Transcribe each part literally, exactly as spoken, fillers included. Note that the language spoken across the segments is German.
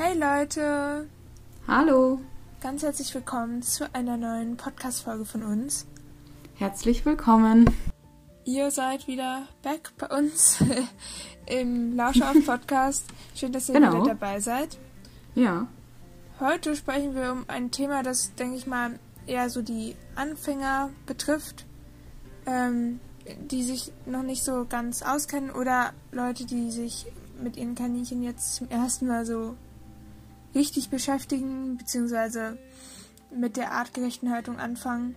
Hey Leute! Hallo! Ganz herzlich willkommen zu einer neuen Podcast-Folge von uns. Herzlich willkommen! Ihr seid wieder back bei uns im Lauscher-Podcast. Schön, dass ihr Genau. wieder dabei seid. Ja. Heute sprechen wir um ein Thema, das, denke ich mal, eher so die Anfänger betrifft, ähm, die sich noch nicht so ganz auskennen oder Leute, die sich mit ihren Kaninchen jetzt zum ersten Mal so richtig beschäftigen, beziehungsweise mit der artgerechten Haltung anfangen.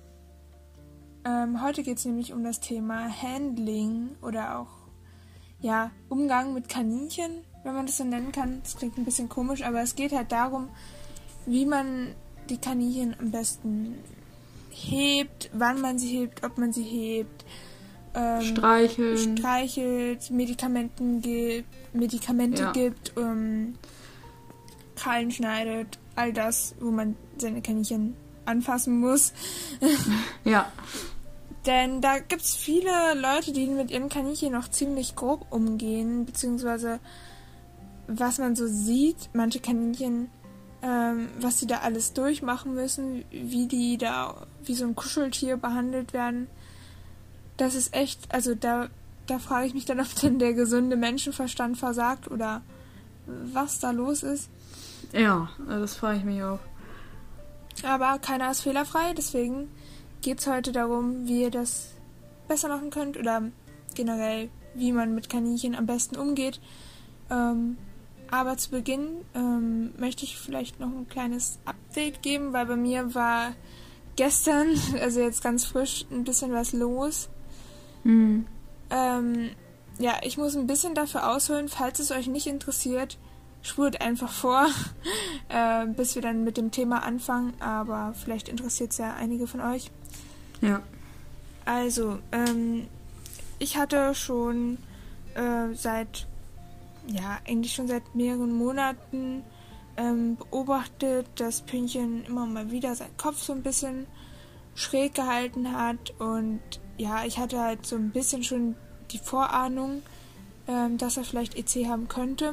Ähm, heute geht es nämlich um das Thema Handling oder auch ja, Umgang mit Kaninchen, wenn man das so nennen kann. Das klingt ein bisschen komisch, aber es geht halt darum, wie man die Kaninchen am besten hebt, wann man sie hebt, ob man sie hebt, ähm, Streicheln. streichelt, Medikamenten gibt, Medikamente Ja. gibt, ähm, Krallen schneidet, all das, wo man seine Kaninchen anfassen muss. Ja. Denn da gibt es viele Leute, die mit ihren Kaninchen noch ziemlich grob umgehen, beziehungsweise was man so sieht, manche Kaninchen, ähm, was sie da alles durchmachen müssen, wie die da wie so ein Kuscheltier behandelt werden. Das ist echt, also da, da frage ich mich dann, ob denn der gesunde Menschenverstand versagt oder was da los ist. Ja, das frage ich mich auch. Aber keiner ist fehlerfrei, deswegen geht es heute darum, wie ihr das besser machen könnt oder generell, wie man mit Kaninchen am besten umgeht. Ähm, aber zu Beginn ähm, möchte ich vielleicht noch ein kleines Update geben, weil bei mir war gestern, also jetzt ganz frisch, ein bisschen was los. Mhm. Ähm, ja, ich muss ein bisschen dafür ausholen, falls es euch nicht interessiert, spurt einfach vor, äh, bis wir dann mit dem Thema anfangen, aber vielleicht interessiert es ja einige von euch. Ja. Also, ähm, ich hatte schon äh, seit, ja, eigentlich schon seit mehreren Monaten ähm, beobachtet, dass Pünktchen immer mal wieder seinen Kopf so ein bisschen schräg gehalten hat und ja, ich hatte halt so ein bisschen schon die Vorahnung, ähm, dass er vielleicht E C haben könnte.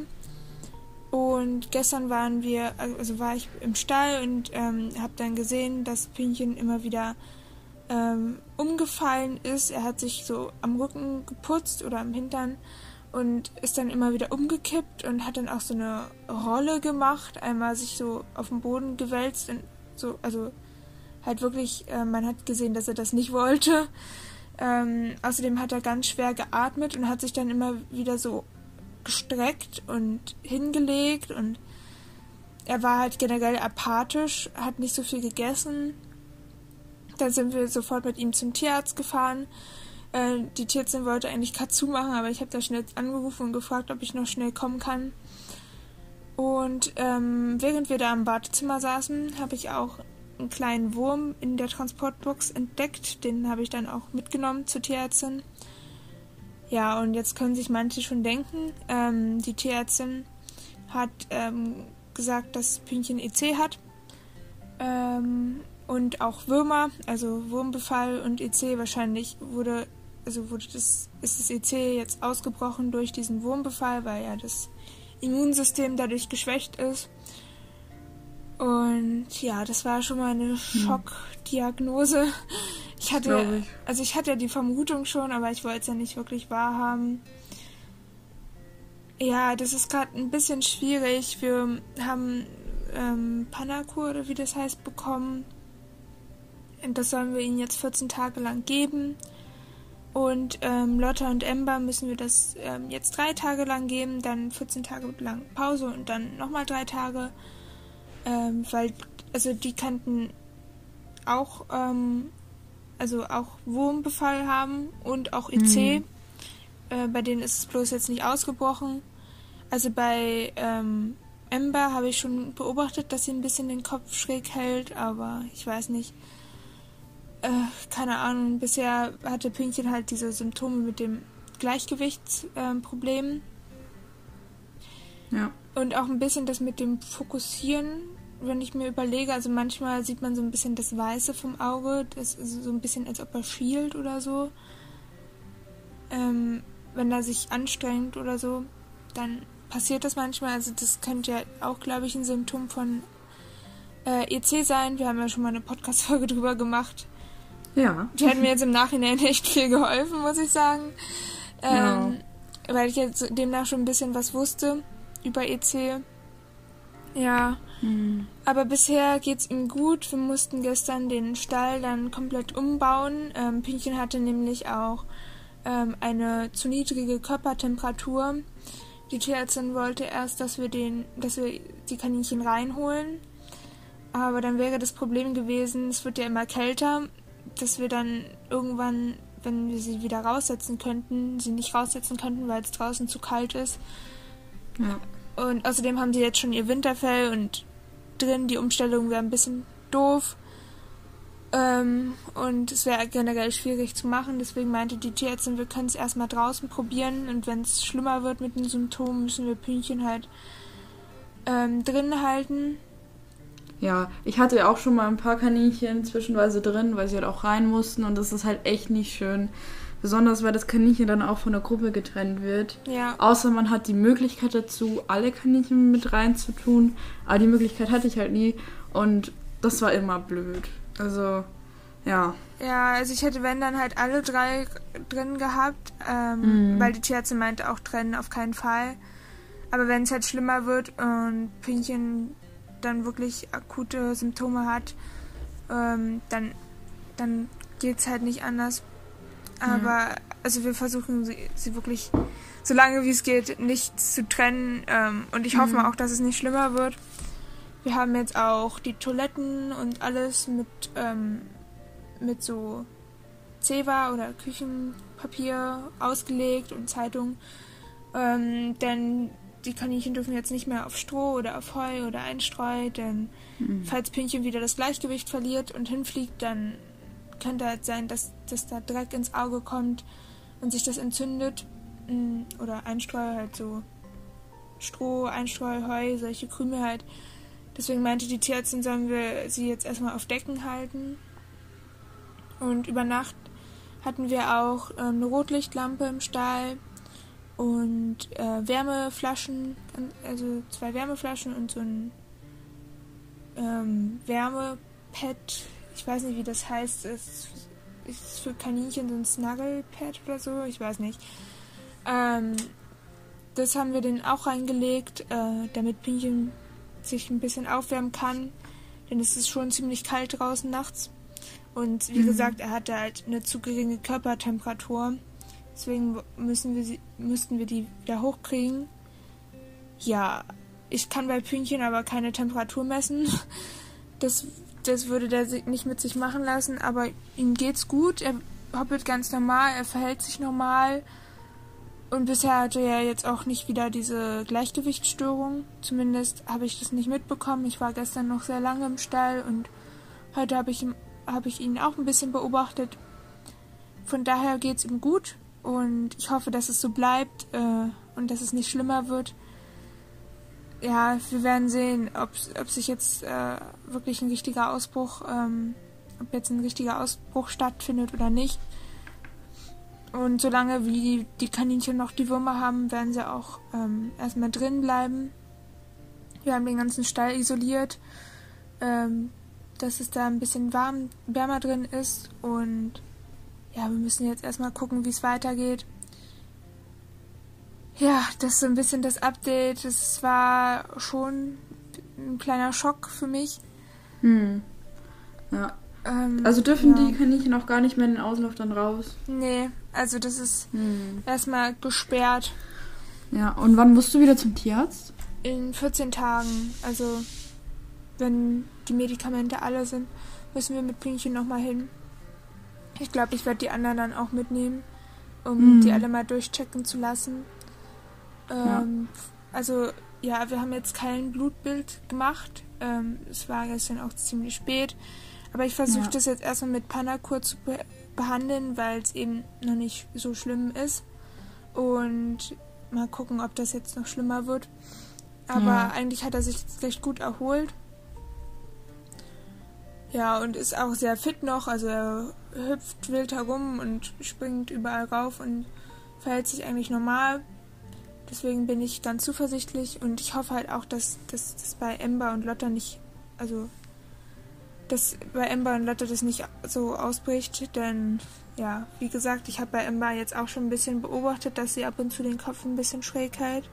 Und gestern waren wir, also war ich im Stall und ähm, habe dann gesehen, dass Pünktchen immer wieder ähm, umgefallen ist. Er hat sich so am Rücken geputzt oder am Hintern und ist dann immer wieder umgekippt und hat dann auch so eine Rolle gemacht, einmal sich so auf den Boden gewälzt und so, also halt wirklich, äh, man hat gesehen, dass er das nicht wollte. Ähm, außerdem hat er ganz schwer geatmet und hat sich dann immer wieder so gestreckt und hingelegt und er war halt generell apathisch, hat nicht so viel gegessen. Dann sind wir sofort mit ihm zum Tierarzt gefahren. Äh, die Tierärztin wollte eigentlich Katsu machen, aber ich habe da schnell angerufen und gefragt, ob ich noch schnell kommen kann. Und ähm, während wir da im Wartezimmer saßen, habe ich auch einen kleinen Wurm in der Transportbox entdeckt. Den habe ich dann auch mitgenommen zur Tierärztin. Ja, und jetzt können sich manche schon denken, ähm, die Tierärztin hat ähm, gesagt, dass Pünktchen E C hat ähm, und auch Würmer, also Wurmbefall und E C wahrscheinlich wurde, also wurde das, ist das E C jetzt ausgebrochen durch diesen Wurmbefall, weil ja das Immunsystem dadurch geschwächt ist. Und ja, das war schon mal eine Schockdiagnose. Ich hatte, ich. also ich hatte ja die Vermutung schon, aber ich wollte es ja nicht wirklich wahrhaben. Ja, das ist gerade ein bisschen schwierig. Wir haben ähm, Panakur oder wie das heißt bekommen. Und das sollen wir ihnen jetzt vierzehn Tage lang geben. Und ähm, Lotta und Ember müssen wir das ähm, jetzt drei Tage lang geben, dann vierzehn Tage lang Pause und dann nochmal drei Tage. Ähm, weil, also die kannten auch, ähm, also auch Wurmbefall haben und auch E C. Mhm. Äh, bei denen ist es bloß jetzt nicht ausgebrochen. Also bei ähm, Ember habe ich schon beobachtet, dass sie ein bisschen den Kopf schräg hält, aber ich weiß nicht. Äh, keine Ahnung, bisher hatte Pünktchen halt diese Symptome mit dem Gleichgewichtsproblem. Äh, ja. Und auch ein bisschen das mit dem Fokussieren, wenn ich mir überlege, also manchmal sieht man so ein bisschen das Weiße vom Auge, das ist so ein bisschen, als ob er schielt oder so. Ähm, wenn er sich anstrengt oder so, dann passiert das manchmal. Also das könnte ja auch, glaube ich, ein Symptom von äh, E C sein. Wir haben ja schon mal eine Podcast-Folge drüber gemacht. Ja. Die hat mir jetzt im Nachhinein echt viel geholfen, muss ich sagen. Ähm, ja. Weil ich jetzt demnach schon ein bisschen was wusste über E C. Ja. Mhm. Aber bisher geht's ihm gut. Wir mussten gestern den Stall dann komplett umbauen. Ähm, Pünktchen hatte nämlich auch ähm, eine zu niedrige Körpertemperatur. Die Tierärztin wollte erst, dass wir den, dass wir die Kaninchen reinholen. Aber dann wäre das Problem gewesen, es wird ja immer kälter, dass wir dann irgendwann, wenn wir sie wieder raussetzen könnten, sie nicht raussetzen könnten, weil es draußen zu kalt ist. Ja. Und außerdem haben sie jetzt schon ihr Winterfell und drin die Umstellung wäre ein bisschen doof. Ähm, und es wäre generell schwierig zu machen. Deswegen meinte die Tierärztin, wir können es erstmal draußen probieren. Und wenn es schlimmer wird mit den Symptomen, müssen wir Pünktchen halt ähm, drin halten. Ja, ich hatte ja auch schon mal ein paar Kaninchen zwischenweise drin, weil sie halt auch rein mussten. Und das ist halt echt nicht schön. Besonders, weil das Kaninchen dann auch von der Gruppe getrennt wird. Ja. Außer man hat die Möglichkeit dazu, alle Kaninchen mit reinzutun. Aber die Möglichkeit hatte ich halt nie. Und das war immer blöd. Also, ja. Ja, also ich hätte, wenn, dann halt alle drei drin gehabt. Ähm, Mhm. Weil die Tierärztin meinte auch trennen, auf keinen Fall. Aber wenn es halt schlimmer wird und Pünktchen dann wirklich akute Symptome hat, ähm, dann, dann geht es halt nicht anders. Aber, mhm. also wir versuchen sie, sie wirklich, so lange wie es geht, nicht zu trennen. Ähm, und ich hoffe Mhm. mal auch, dass es nicht schlimmer wird. Wir haben jetzt auch die Toiletten und alles mit, ähm, mit so Zewa oder Küchenpapier ausgelegt und Zeitung. Ähm, denn die Kaninchen dürfen jetzt nicht mehr auf Stroh oder auf Heu oder Einstreu, denn mhm. falls Pünktchen wieder das Gleichgewicht verliert und hinfliegt, dann könnte halt sein, dass, dass da Dreck ins Auge kommt und sich das entzündet. Oder Einstreu, halt so Stroh, Einstreu, Heu, solche Krümel halt. Deswegen meinte die Tierärztin, sollen wir sie jetzt erstmal auf Decken halten. Und über Nacht hatten wir auch ähm, eine Rotlichtlampe im Stall und äh, Wärmeflaschen, also zwei Wärmeflaschen und so ein ähm, Wärmepad. Ich weiß nicht, wie das heißt. Es ist für Kaninchen so ein Snuggle-Pad oder so. Ich weiß nicht. Ähm, das haben wir denen auch reingelegt, äh, damit Pünktchen sich ein bisschen aufwärmen kann. Denn es ist schon ziemlich kalt draußen nachts. Und wie mhm. gesagt, er hatte halt eine zu geringe Körpertemperatur. Deswegen müssen wir sie, müssten wir die wieder hochkriegen. Ja, ich kann bei Pünktchen aber keine Temperatur messen. Das Das würde der nicht mit sich machen lassen, aber ihm geht's gut. Er hoppelt ganz normal, er verhält sich normal. Und bisher hatte er jetzt auch nicht wieder diese Gleichgewichtsstörung. Zumindest habe ich das nicht mitbekommen. Ich war gestern noch sehr lange im Stall und heute habe ich, hab ich ihn auch ein bisschen beobachtet. Von daher geht's ihm gut und ich hoffe, dass es so bleibt äh, und dass es nicht schlimmer wird. Ja, wir werden sehen, ob, ob sich jetzt äh, wirklich ein richtiger Ausbruch, ähm, ob jetzt ein richtiger Ausbruch stattfindet oder nicht. Und solange wie die Kaninchen noch die Würmer haben, werden sie auch ähm, erstmal drin bleiben. Wir haben den ganzen Stall isoliert, ähm, dass es da ein bisschen warm, wärmer drin ist. Und ja, wir müssen jetzt erstmal gucken, wie es weitergeht. Ja, das ist so ein bisschen das Update. Das war schon ein kleiner Schock für mich. Hm. Ja. Ähm, also dürfen ja. die Kaninchen auch gar nicht mehr in den Auslauf dann raus? Nee, also das ist hm. erstmal gesperrt. Ja, und wann musst du wieder zum Tierarzt? In vierzehn Tagen. Also wenn die Medikamente alle sind, müssen wir mit Pünktchen nochmal hin. Ich glaube, ich werde die anderen dann auch mitnehmen, um hm. die alle mal durchchecken zu lassen. Ähm, ja. Also, ja, wir haben jetzt kein Blutbild gemacht. Ähm, es war gestern auch ziemlich spät. Aber ich versuche ja. das jetzt erstmal mit Panacur zu be- behandeln, weil es eben noch nicht so schlimm ist. Und mal gucken, ob das jetzt noch schlimmer wird. Aber ja. eigentlich hat er sich jetzt recht gut erholt. Ja, und ist auch sehr fit noch. Also er hüpft wild herum und springt überall rauf und verhält sich eigentlich normal. deswegen bin ich ganz zuversichtlich und ich hoffe halt auch, dass das bei Ember und Lotta nicht, also dass bei Ember und Lotta das nicht so ausbricht, denn ja, wie gesagt, ich habe bei Ember jetzt auch schon ein bisschen beobachtet, dass sie ab und zu den Kopf ein bisschen schräg hält.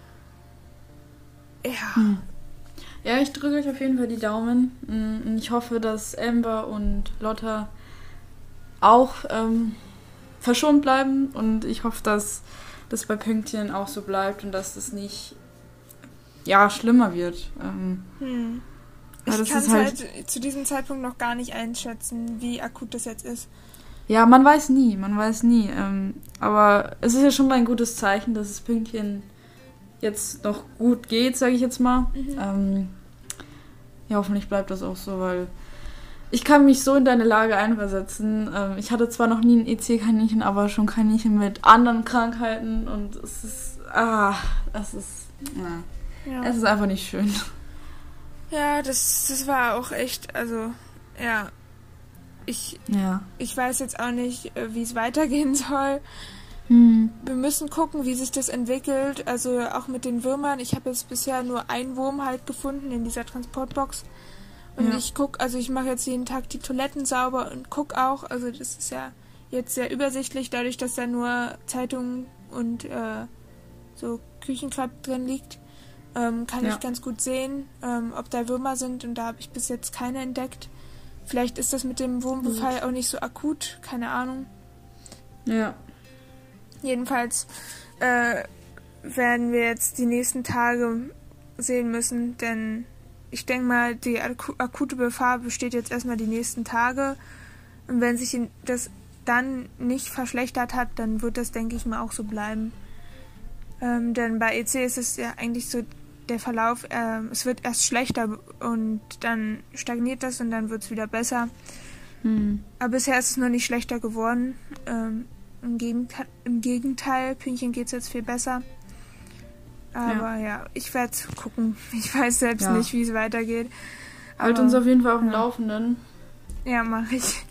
Ja. Hm. Ja, ich drücke euch auf jeden Fall die Daumen. Und ich hoffe, dass Amber und Lotta auch ähm, verschont bleiben und ich hoffe, dass das bei Pünktchen auch so bleibt und dass das nicht ja, schlimmer wird. Ähm, hm. ja, Ich das kann es ist halt, halt zu diesem Zeitpunkt noch gar nicht einschätzen, wie akut das jetzt ist. Ja, man weiß nie, man weiß nie. Ähm, aber es ist ja schon mal ein gutes Zeichen, dass es Pünktchen jetzt noch gut geht, sage ich jetzt mal. Mhm. Ähm, ja, hoffentlich bleibt das auch so, weil ich kann mich so in deine Lage einversetzen. Ähm, ich hatte zwar noch nie ein E C-Kaninchen, aber schon Kaninchen mit anderen Krankheiten und es ist, ah, es ist, na, Ja, es ist einfach nicht schön. ja das, das war auch echt, also, ja, ich, Ja. ich weiß jetzt auch nicht, äh, wie es weitergehen soll. Hm. Wir müssen gucken, wie sich das entwickelt. Also auch mit den Würmern. Ich habe jetzt bisher nur einen Wurm halt gefunden in dieser Transportbox. Und Ja. ich gucke, also ich mache jetzt jeden Tag die Toiletten sauber und gucke auch. Also das ist ja jetzt sehr übersichtlich, dadurch, dass da nur Zeitung und äh, so Küchenkram drin liegt. Ähm, kann Ja. ich ganz gut sehen, ähm, ob da Würmer sind. Und da habe ich bis jetzt keine entdeckt. Vielleicht ist das mit dem Wurmbefall auch nicht so akut. Keine Ahnung. Ja. Jedenfalls äh, werden wir jetzt die nächsten Tage sehen müssen, denn ich denke mal, die aku- akute Gefahr besteht jetzt erstmal die nächsten Tage. Und wenn sich das dann nicht verschlechtert hat, dann wird das, denke ich mal, auch so bleiben. Ähm, denn bei E C ist es ja eigentlich so der Verlauf, äh, es wird erst schlechter und dann stagniert das und dann wird es wieder besser. Hm. Aber bisher ist es noch nicht schlechter geworden. Ähm, Im Gegenteil, im Gegenteil, Pünktchen geht es jetzt viel besser. Aber ja, ja ich werde gucken. Ich weiß selbst Ja. nicht, wie es weitergeht. Halt Aber, uns auf jeden Fall auf dem ja. Laufenden. Ja, mache ich.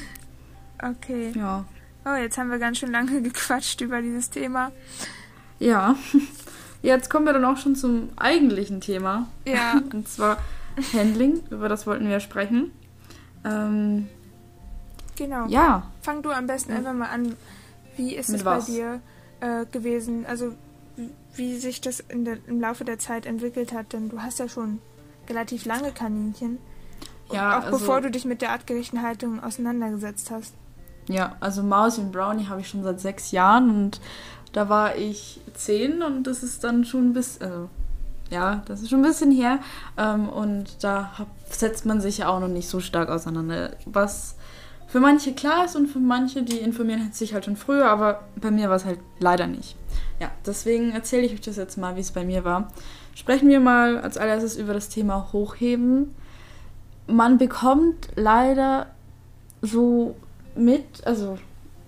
Okay. Ja. Oh, jetzt haben wir ganz schön lange gequatscht über dieses Thema. Ja. Jetzt kommen wir dann auch schon zum eigentlichen Thema. Ja. Und zwar Handling. Über das wollten wir sprechen. Ähm, Genau. ja. Fang du am besten einfach mal an. Wie ist Mit es bei was? dir äh, gewesen? Also, wie- wie sich das in der, im Laufe der Zeit entwickelt hat? Denn du hast ja schon relativ lange Kaninchen. Ja, auch also- bevor du dich mit der artgerechten Haltung auseinandergesetzt hast. Ja, also Mausi und Brownie habe ich schon seit sechs Jahren und da war ich zehn und das ist dann schon ein bisschen, also ja, das ist schon ein bisschen her ähm, und da hab, setzt man sich ja auch noch nicht so stark auseinander, was für manche klar ist und für manche, die informieren sich halt schon früher, aber bei mir war es halt leider nicht. Ja, deswegen erzähle ich euch das jetzt mal, wie es bei mir war. Sprechen wir mal als allererstes über das Thema Hochheben. Man bekommt leider so mit, also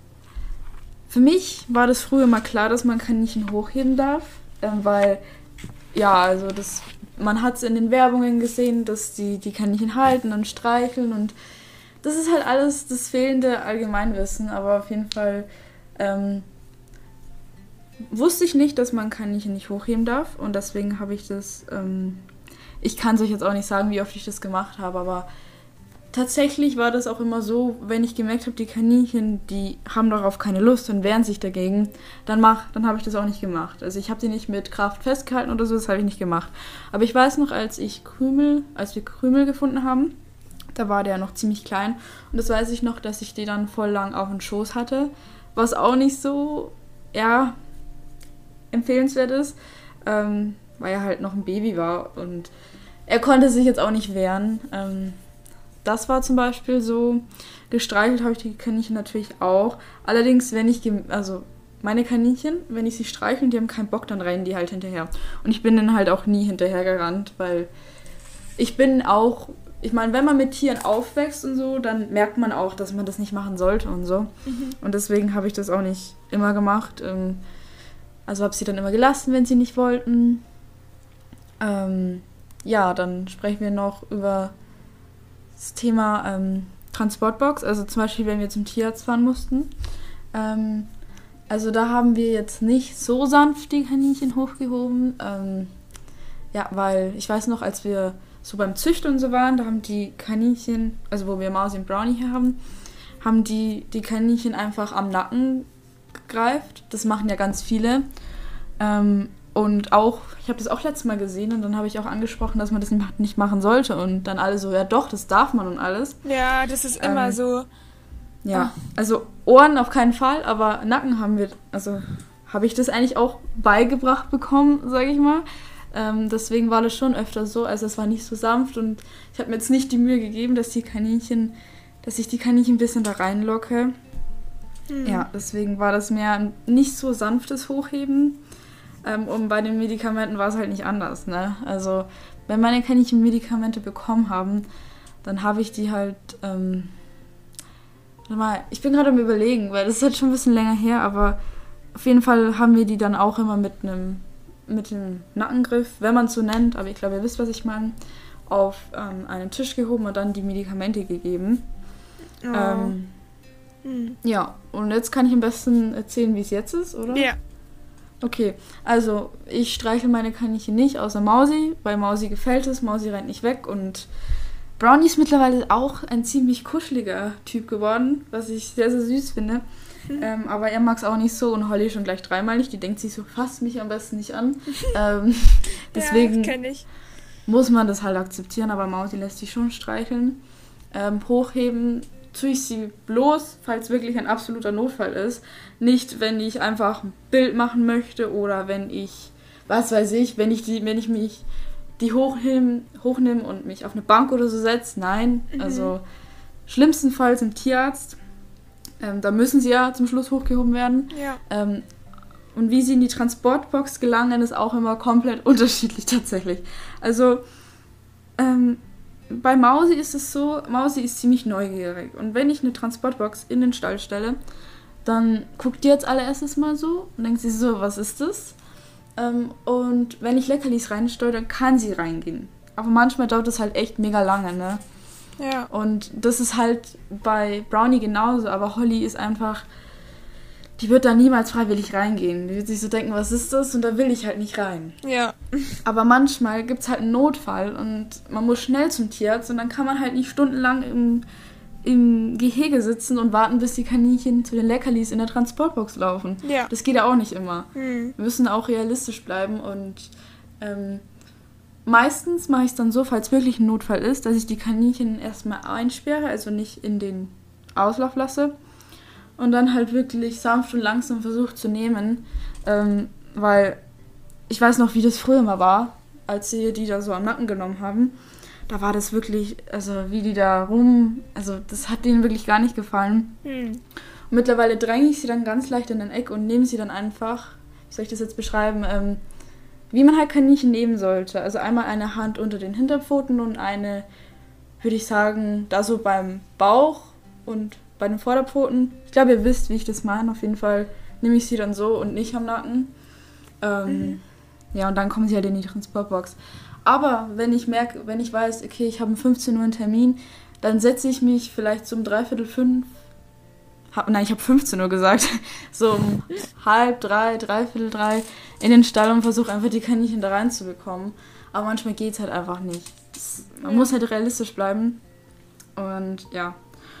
für mich war das früher mal klar, dass man Kaninchen hochheben darf, ähm, weil, ja, also das, man hat es in den Werbungen gesehen, dass die, die Kaninchen halten und streicheln und das ist halt alles das fehlende Allgemeinwissen, aber auf jeden Fall ähm, wusste ich nicht, dass man Kaninchen nicht hochheben darf und deswegen habe ich das, ähm, ich kann es euch jetzt auch nicht sagen, wie oft ich das gemacht habe, aber tatsächlich war das auch immer so, wenn ich gemerkt habe, die Kaninchen, die haben darauf keine Lust und wehren sich dagegen, dann mach, dann habe ich das auch nicht gemacht. Also ich habe die nicht mit Kraft festgehalten oder so, das habe ich nicht gemacht. Aber ich weiß noch, als ich Krümel, als wir Krümel gefunden haben, da war der noch ziemlich klein und das weiß ich noch, dass ich die dann voll lang auf den Schoß hatte, was auch nicht so, ja, empfehlenswert ist, ähm, weil er halt noch ein Baby war und er konnte sich jetzt auch nicht wehren. Ähm, Das war zum Beispiel so. Gestreichelt habe ich die Kaninchen natürlich auch. Allerdings, wenn ich, gem- also meine Kaninchen, wenn ich sie streichle und die haben keinen Bock, dann rennen die halt hinterher. Und ich bin dann halt auch nie hinterher gerannt, weil ich bin auch, ich meine, wenn man mit Tieren aufwächst und so, dann merkt man auch, dass man das nicht machen sollte und so. Mhm. Und deswegen habe ich das auch nicht immer gemacht. Ähm, Also habe sie dann immer gelassen, wenn sie nicht wollten. Ähm, ja, dann sprechen wir noch über das Thema ähm, Transportbox. Also zum Beispiel, wenn wir zum Tierarzt fahren mussten. Ähm, Also da haben wir jetzt nicht so sanft die Kaninchen hochgehoben. Ähm, ja, weil ich weiß noch, als wir so beim Züchten und so waren, da haben die Kaninchen, also wo wir Mausi und Brownie hier haben, haben die, die Kaninchen einfach am Nacken gegreift. Das machen ja ganz viele. Ähm, und auch, ich habe das auch letztes Mal gesehen und dann habe ich auch angesprochen, dass man das nicht machen sollte. Und dann alle so, ja doch, das darf man und alles. Ja, das ist immer ähm, so. Ja, also Ohren auf keinen Fall, aber Nacken haben wir, also habe ich das eigentlich auch beigebracht bekommen, sage ich mal. Ähm, deswegen war das schon öfter so, also es war nicht so sanft und ich habe mir jetzt nicht die Mühe gegeben, dass die Kaninchen, dass ich die Kaninchen ein bisschen da reinlocke. Hm. Ja, deswegen war das mehr ein nicht so sanftes Hochheben. Ähm, und bei den Medikamenten war es halt nicht anders, ne? Also wenn meine Kaninchen Medikamente bekommen haben, dann habe ich die halt, ähm, warte mal, ich bin gerade am Überlegen, weil das ist halt schon ein bisschen länger her, aber auf jeden Fall haben wir die dann auch immer mit einem mit dem Nackengriff, wenn man es so nennt, aber ich glaube, ihr wisst, was ich meine, auf ähm, einen Tisch gehoben und dann die Medikamente gegeben. Oh. Ähm, hm. Ja, und jetzt kann ich am besten erzählen, wie es jetzt ist, oder? Ja. Okay, also ich streiche meine Kaninchen nicht, außer Mausi, weil Mausi gefällt es, Mausi rennt nicht weg und Brownie ist mittlerweile auch ein ziemlich kuscheliger Typ geworden, was ich sehr, sehr süß finde. Mhm. Ähm, aber er mag es auch nicht so und Holly schon gleich dreimal nicht. Die denkt sich so, fasst mich am besten nicht an. ähm, deswegen ja, ich. muss man das halt akzeptieren, aber Mausi lässt sich schon streicheln. Ähm, hochheben tue ich sie bloß, falls wirklich ein absoluter Notfall ist. Nicht, wenn ich einfach ein Bild machen möchte oder wenn ich, was weiß ich, wenn ich, die, wenn ich mich die hochnehme hochnehm und mich auf eine Bank oder so setze. Nein, mhm. also schlimmstenfalls im Tierarzt. Ähm, da müssen sie ja zum Schluss hochgehoben werden. Ja. Ähm, und wie sie in die Transportbox gelangen, ist auch immer komplett unterschiedlich tatsächlich. Also ähm, bei Mausi ist es so, Mausi ist ziemlich neugierig. Und wenn ich eine Transportbox in den Stall stelle, dann guckt die jetzt allererstes mal so und denkt sie so, was ist das? Ähm, und wenn ich Leckerlis reinsteuere, dann kann sie reingehen. Aber manchmal dauert das halt echt mega lange, ne? Ja. Und das ist halt bei Brownie genauso, aber Holly ist einfach, die wird da niemals freiwillig reingehen. Die wird sich so denken, was ist das? Und da will ich halt nicht rein. Ja. Aber manchmal gibt es halt einen Notfall und man muss schnell zum Tierarzt und dann kann man halt nicht stundenlang im, im Gehege sitzen und warten, bis die Kaninchen zu den Leckerlis in der Transportbox laufen. Ja. Das geht ja auch nicht immer. Hm. Wir müssen auch realistisch bleiben und ähm, meistens mache ich es dann so, falls wirklich ein Notfall ist, dass ich die Kaninchen erstmal einsperre, also nicht in den Auslauf lasse und dann halt wirklich sanft und langsam versuche zu nehmen, ähm, weil ich weiß noch, wie das früher mal war, als sie die da so am Nacken genommen haben. Da war das wirklich, also wie die da rum, also das hat denen wirklich gar nicht gefallen. Hm. Und mittlerweile dränge ich sie dann ganz leicht in ein Eck und nehme sie dann einfach, wie soll ich das jetzt beschreiben, ähm, wie man halt Kaninchen nehmen sollte. Also einmal eine Hand unter den Hinterpfoten und eine, würde ich sagen, da so beim Bauch und bei den Vorderpfoten. Ich glaube, ihr wisst, wie ich das meine. Auf jeden Fall nehme ich sie dann so und nicht am Nacken. Ähm, mhm. Ja, und dann kommen sie halt in die Transportbox. Aber wenn ich merke, wenn ich weiß, okay, ich habe um fünfzehn Uhr einen Termin, dann setze ich mich vielleicht so um dreiviertel fünf, hab, nein, ich habe fünfzehn Uhr gesagt, so um halb drei, dreiviertel drei in den Stall und versuche einfach die Kaninchen da reinzubekommen. Aber manchmal geht es halt einfach nicht. Das, man ja. muss halt realistisch bleiben. Und ja.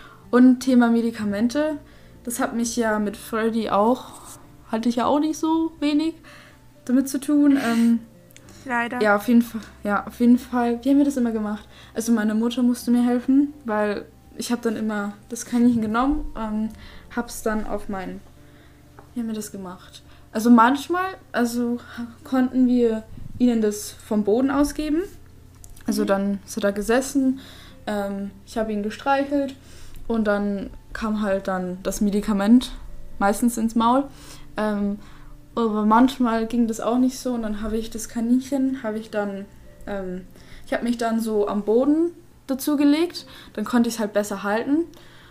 Und Thema Medikamente, das hat mich ja mit Freddy auch, hatte ich ja auch nicht so wenig damit zu tun. Ähm, Leider. Ja, auf jeden Fall. Ja, auf jeden Fall. Wie haben wir das immer gemacht? Also meine Mutter musste mir helfen, weil ich habe dann immer das Kaninchen genommen, ähm, hab's dann auf meinen... Wie haben wir das gemacht? Also manchmal, also konnten wir ihnen das vom Boden aus geben. Also dann ist er da gesessen, ähm, ich habe ihn gestreichelt und dann kam halt dann das Medikament meistens ins Maul. Ähm, aber manchmal ging das auch nicht so und dann habe ich das Kaninchen, habe ich dann, ähm, ich habe mich dann so am Boden dazu gelegt, dann konnte ich es halt besser halten.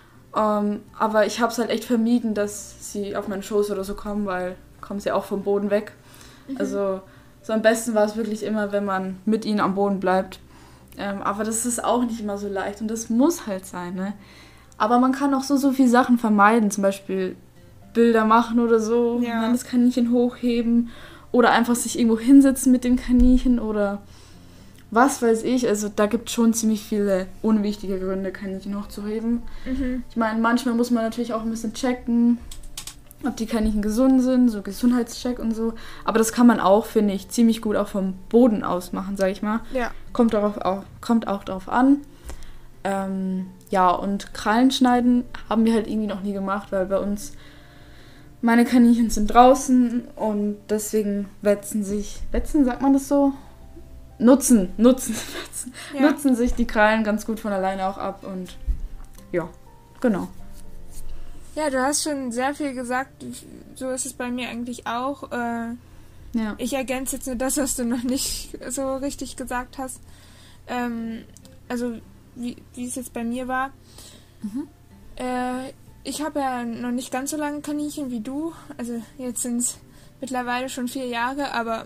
Ähm, aber ich habe es halt echt vermieden, dass sie auf meinen Schoß oder so kommen, weil kommen sie auch vom Boden weg. Mhm. Also so am besten war es wirklich immer, wenn man mit ihnen am Boden bleibt. Ähm, aber das ist auch nicht immer so leicht und das muss halt sein, ne? Aber man kann auch so, so viele Sachen vermeiden, zum Beispiel Bilder machen oder so, Ja. dann das Kaninchen hochheben oder einfach sich irgendwo hinsetzen mit dem Kaninchen oder was weiß ich. Also da gibt es schon ziemlich viele unwichtige Gründe, Kaninchen hochzuheben. Mhm. Ich meine, manchmal muss man natürlich auch ein bisschen checken, ob die Kaninchen gesund sind, so Gesundheitscheck und so. Aber das kann man auch, finde ich, ziemlich gut auch vom Boden aus machen, sag ich mal. Ja. Kommt, darauf auch, kommt auch darauf an. Ähm, ja, und Krallen schneiden haben wir halt irgendwie noch nie gemacht, weil bei uns meine Kaninchen sind draußen und deswegen wetzen sich, wetzen, sagt man das so? Nutzen, nutzen, nutzen, Ja. nutzen sich die Krallen ganz gut von alleine auch ab und ja, genau. Ja, du hast schon sehr viel gesagt. So ist es bei mir eigentlich auch. Äh, Ja. ich ergänze jetzt nur das, was du noch nicht so richtig gesagt hast. Ähm, also, wie, wie es jetzt bei mir war. Mhm. Äh, ich habe ja noch nicht ganz so lange Kaninchen wie du. Also, jetzt sind es mittlerweile schon vier Jahre, aber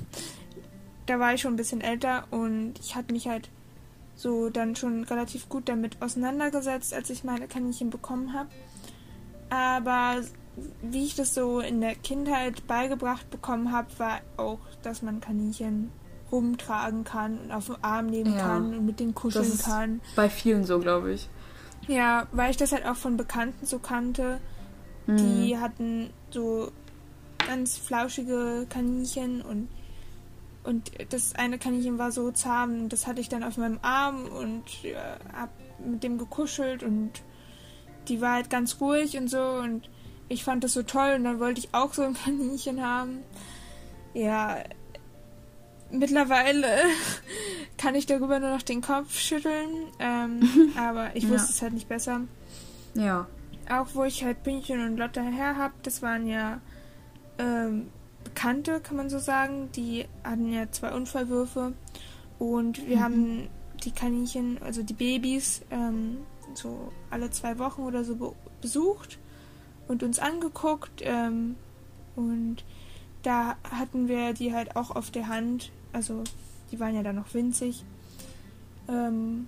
da war ich schon ein bisschen älter und ich hatte mich halt so dann schon relativ gut damit auseinandergesetzt, als ich meine Kaninchen bekommen habe. Aber wie ich das so in der Kindheit beigebracht bekommen habe, war auch, dass man Kaninchen rumtragen kann und auf den Arm nehmen Ja, kann und mit denen kuscheln das ist kann. bei vielen so, glaube ich. Ja, weil ich das halt auch von Bekannten so kannte. Mhm. Die hatten so ganz flauschige Kaninchen und und das eine Kaninchen war so zahm, das hatte ich dann auf meinem Arm und äh, hab mit dem gekuschelt und die war halt ganz ruhig und so und ich fand das so toll und dann wollte ich auch so ein Kaninchen haben. Ja, mittlerweile kann ich darüber nur noch den Kopf schütteln, ähm, aber ich wusste Ja. es halt nicht besser. Ja. Auch wo ich halt Pünktchen und Lotta her hab, das waren ja ähm, Bekannte, kann man so sagen. Die hatten ja zwei Unfallwürfe und wir Mhm. haben die Kaninchen, also die Babys, ähm, so alle zwei Wochen oder so be- besucht und uns angeguckt. Ähm, und da hatten wir die halt auch auf der Hand. Also die waren ja dann noch winzig. Ähm,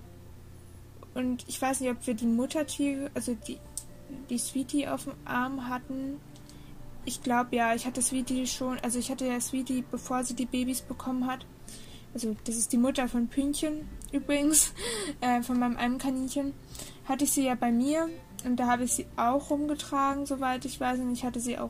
und ich weiß nicht, ob wir die Muttertiere, also die, die Sweetie auf dem Arm hatten. Ich glaube ja, ich hatte Sweetie schon, also ich hatte ja Sweetie, bevor sie die Babys bekommen hat. Also das ist die Mutter von Pünktchen übrigens, äh, von meinem einen Kaninchen. Hatte ich sie ja bei mir und da habe ich sie auch rumgetragen, soweit ich weiß. Und ich hatte sie auch,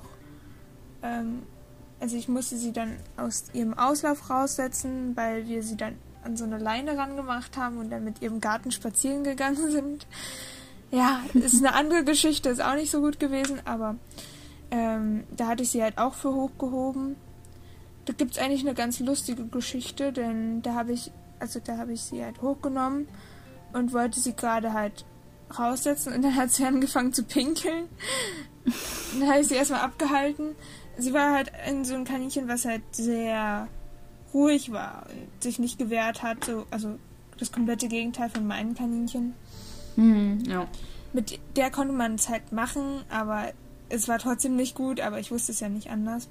ähm, also ich musste sie dann aus ihrem Auslauf raussetzen, weil wir sie dann an so eine Leine rangemacht haben und dann mit ihrem Garten spazieren gegangen sind. Ja, ist eine andere Geschichte, ist auch nicht so gut gewesen, aber ähm, da hatte ich sie halt auch für hochgehoben. Da gibt es eigentlich eine ganz lustige Geschichte, denn da habe ich, also da habe ich sie halt hochgenommen und wollte sie gerade halt raussetzen und dann hat sie angefangen zu pinkeln. Dann habe ich sie erstmal abgehalten. Sie war halt in so ein Kaninchen, was halt sehr ruhig war und sich nicht gewehrt hat, so, also das komplette Gegenteil von meinen Kaninchen. Mhm. Ja. Mit der konnte man es halt machen, aber es war trotzdem nicht gut, aber ich wusste es ja nicht anders.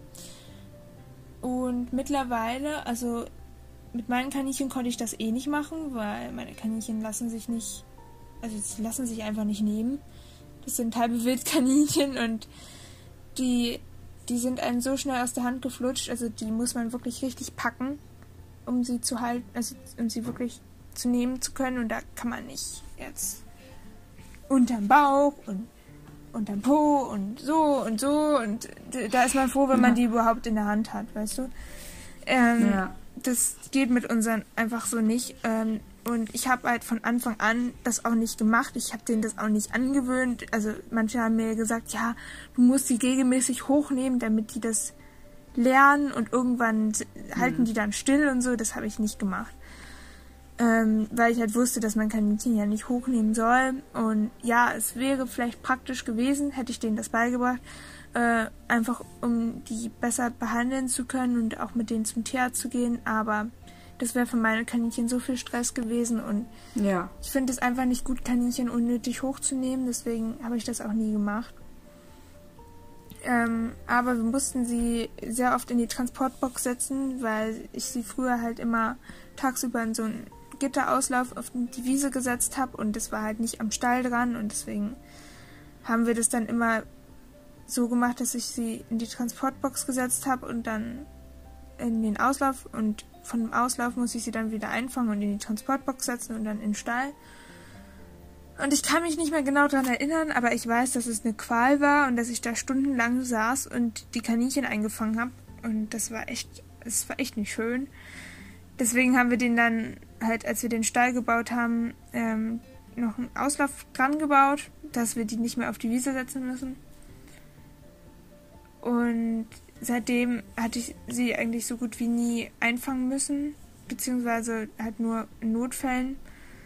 Und mittlerweile, also mit meinen Kaninchen konnte ich das eh nicht machen, weil meine Kaninchen lassen sich nicht, also sie lassen sich einfach nicht nehmen. Das sind halbe Wildkaninchen und die, die sind einem so schnell aus der Hand geflutscht, also die muss man wirklich richtig packen, um sie zu halten, also um sie wirklich zu nehmen zu können und da kann man nicht jetzt unterm Bauch und unterm Po und so und so und da ist man froh, wenn man Ja. die überhaupt in der Hand hat, weißt du? Ähm, Ja. Das geht mit unseren einfach so nicht. Ähm, und ich habe halt von Anfang an das auch nicht gemacht. Ich habe denen das auch nicht angewöhnt. Also manche haben mir gesagt, ja, du musst die regelmäßig hochnehmen, damit die das lernen und irgendwann s- halten die dann still und so. Das habe ich nicht gemacht. Ähm, weil ich halt wusste, dass man Kaninchen ja nicht hochnehmen soll. Und ja, es wäre vielleicht praktisch gewesen, hätte ich denen das beigebracht, äh, einfach um die besser behandeln zu können und auch mit denen zum Tierarzt zu gehen. Aber das wäre für meine Kaninchen so viel Stress gewesen und Ja. ich finde es einfach nicht gut, Kaninchen unnötig hochzunehmen. Deswegen habe ich das auch nie gemacht. Ähm, aber wir mussten sie sehr oft in die Transportbox setzen, weil ich sie früher halt immer tagsüber in so einen Gitterauslauf auf die Wiese gesetzt habe und das war halt nicht am Stall dran und deswegen haben wir das dann immer so gemacht, dass ich sie in die Transportbox gesetzt habe und dann in den Auslauf und von dem Auslauf muss ich sie dann wieder einfangen und in die Transportbox setzen und dann in den Stall. Und ich kann mich nicht mehr genau daran erinnern, aber ich weiß, dass es eine Qual war und dass ich da stundenlang saß und die Kaninchen eingefangen habe. Und das war echt, das war echt nicht schön. Deswegen haben wir den dann halt, als wir den Stall gebaut haben, ähm, noch einen Auslauf dran gebaut, dass wir die nicht mehr auf die Wiese setzen müssen. Und seitdem hatte ich sie eigentlich so gut wie nie einfangen müssen, beziehungsweise halt nur in Notfällen.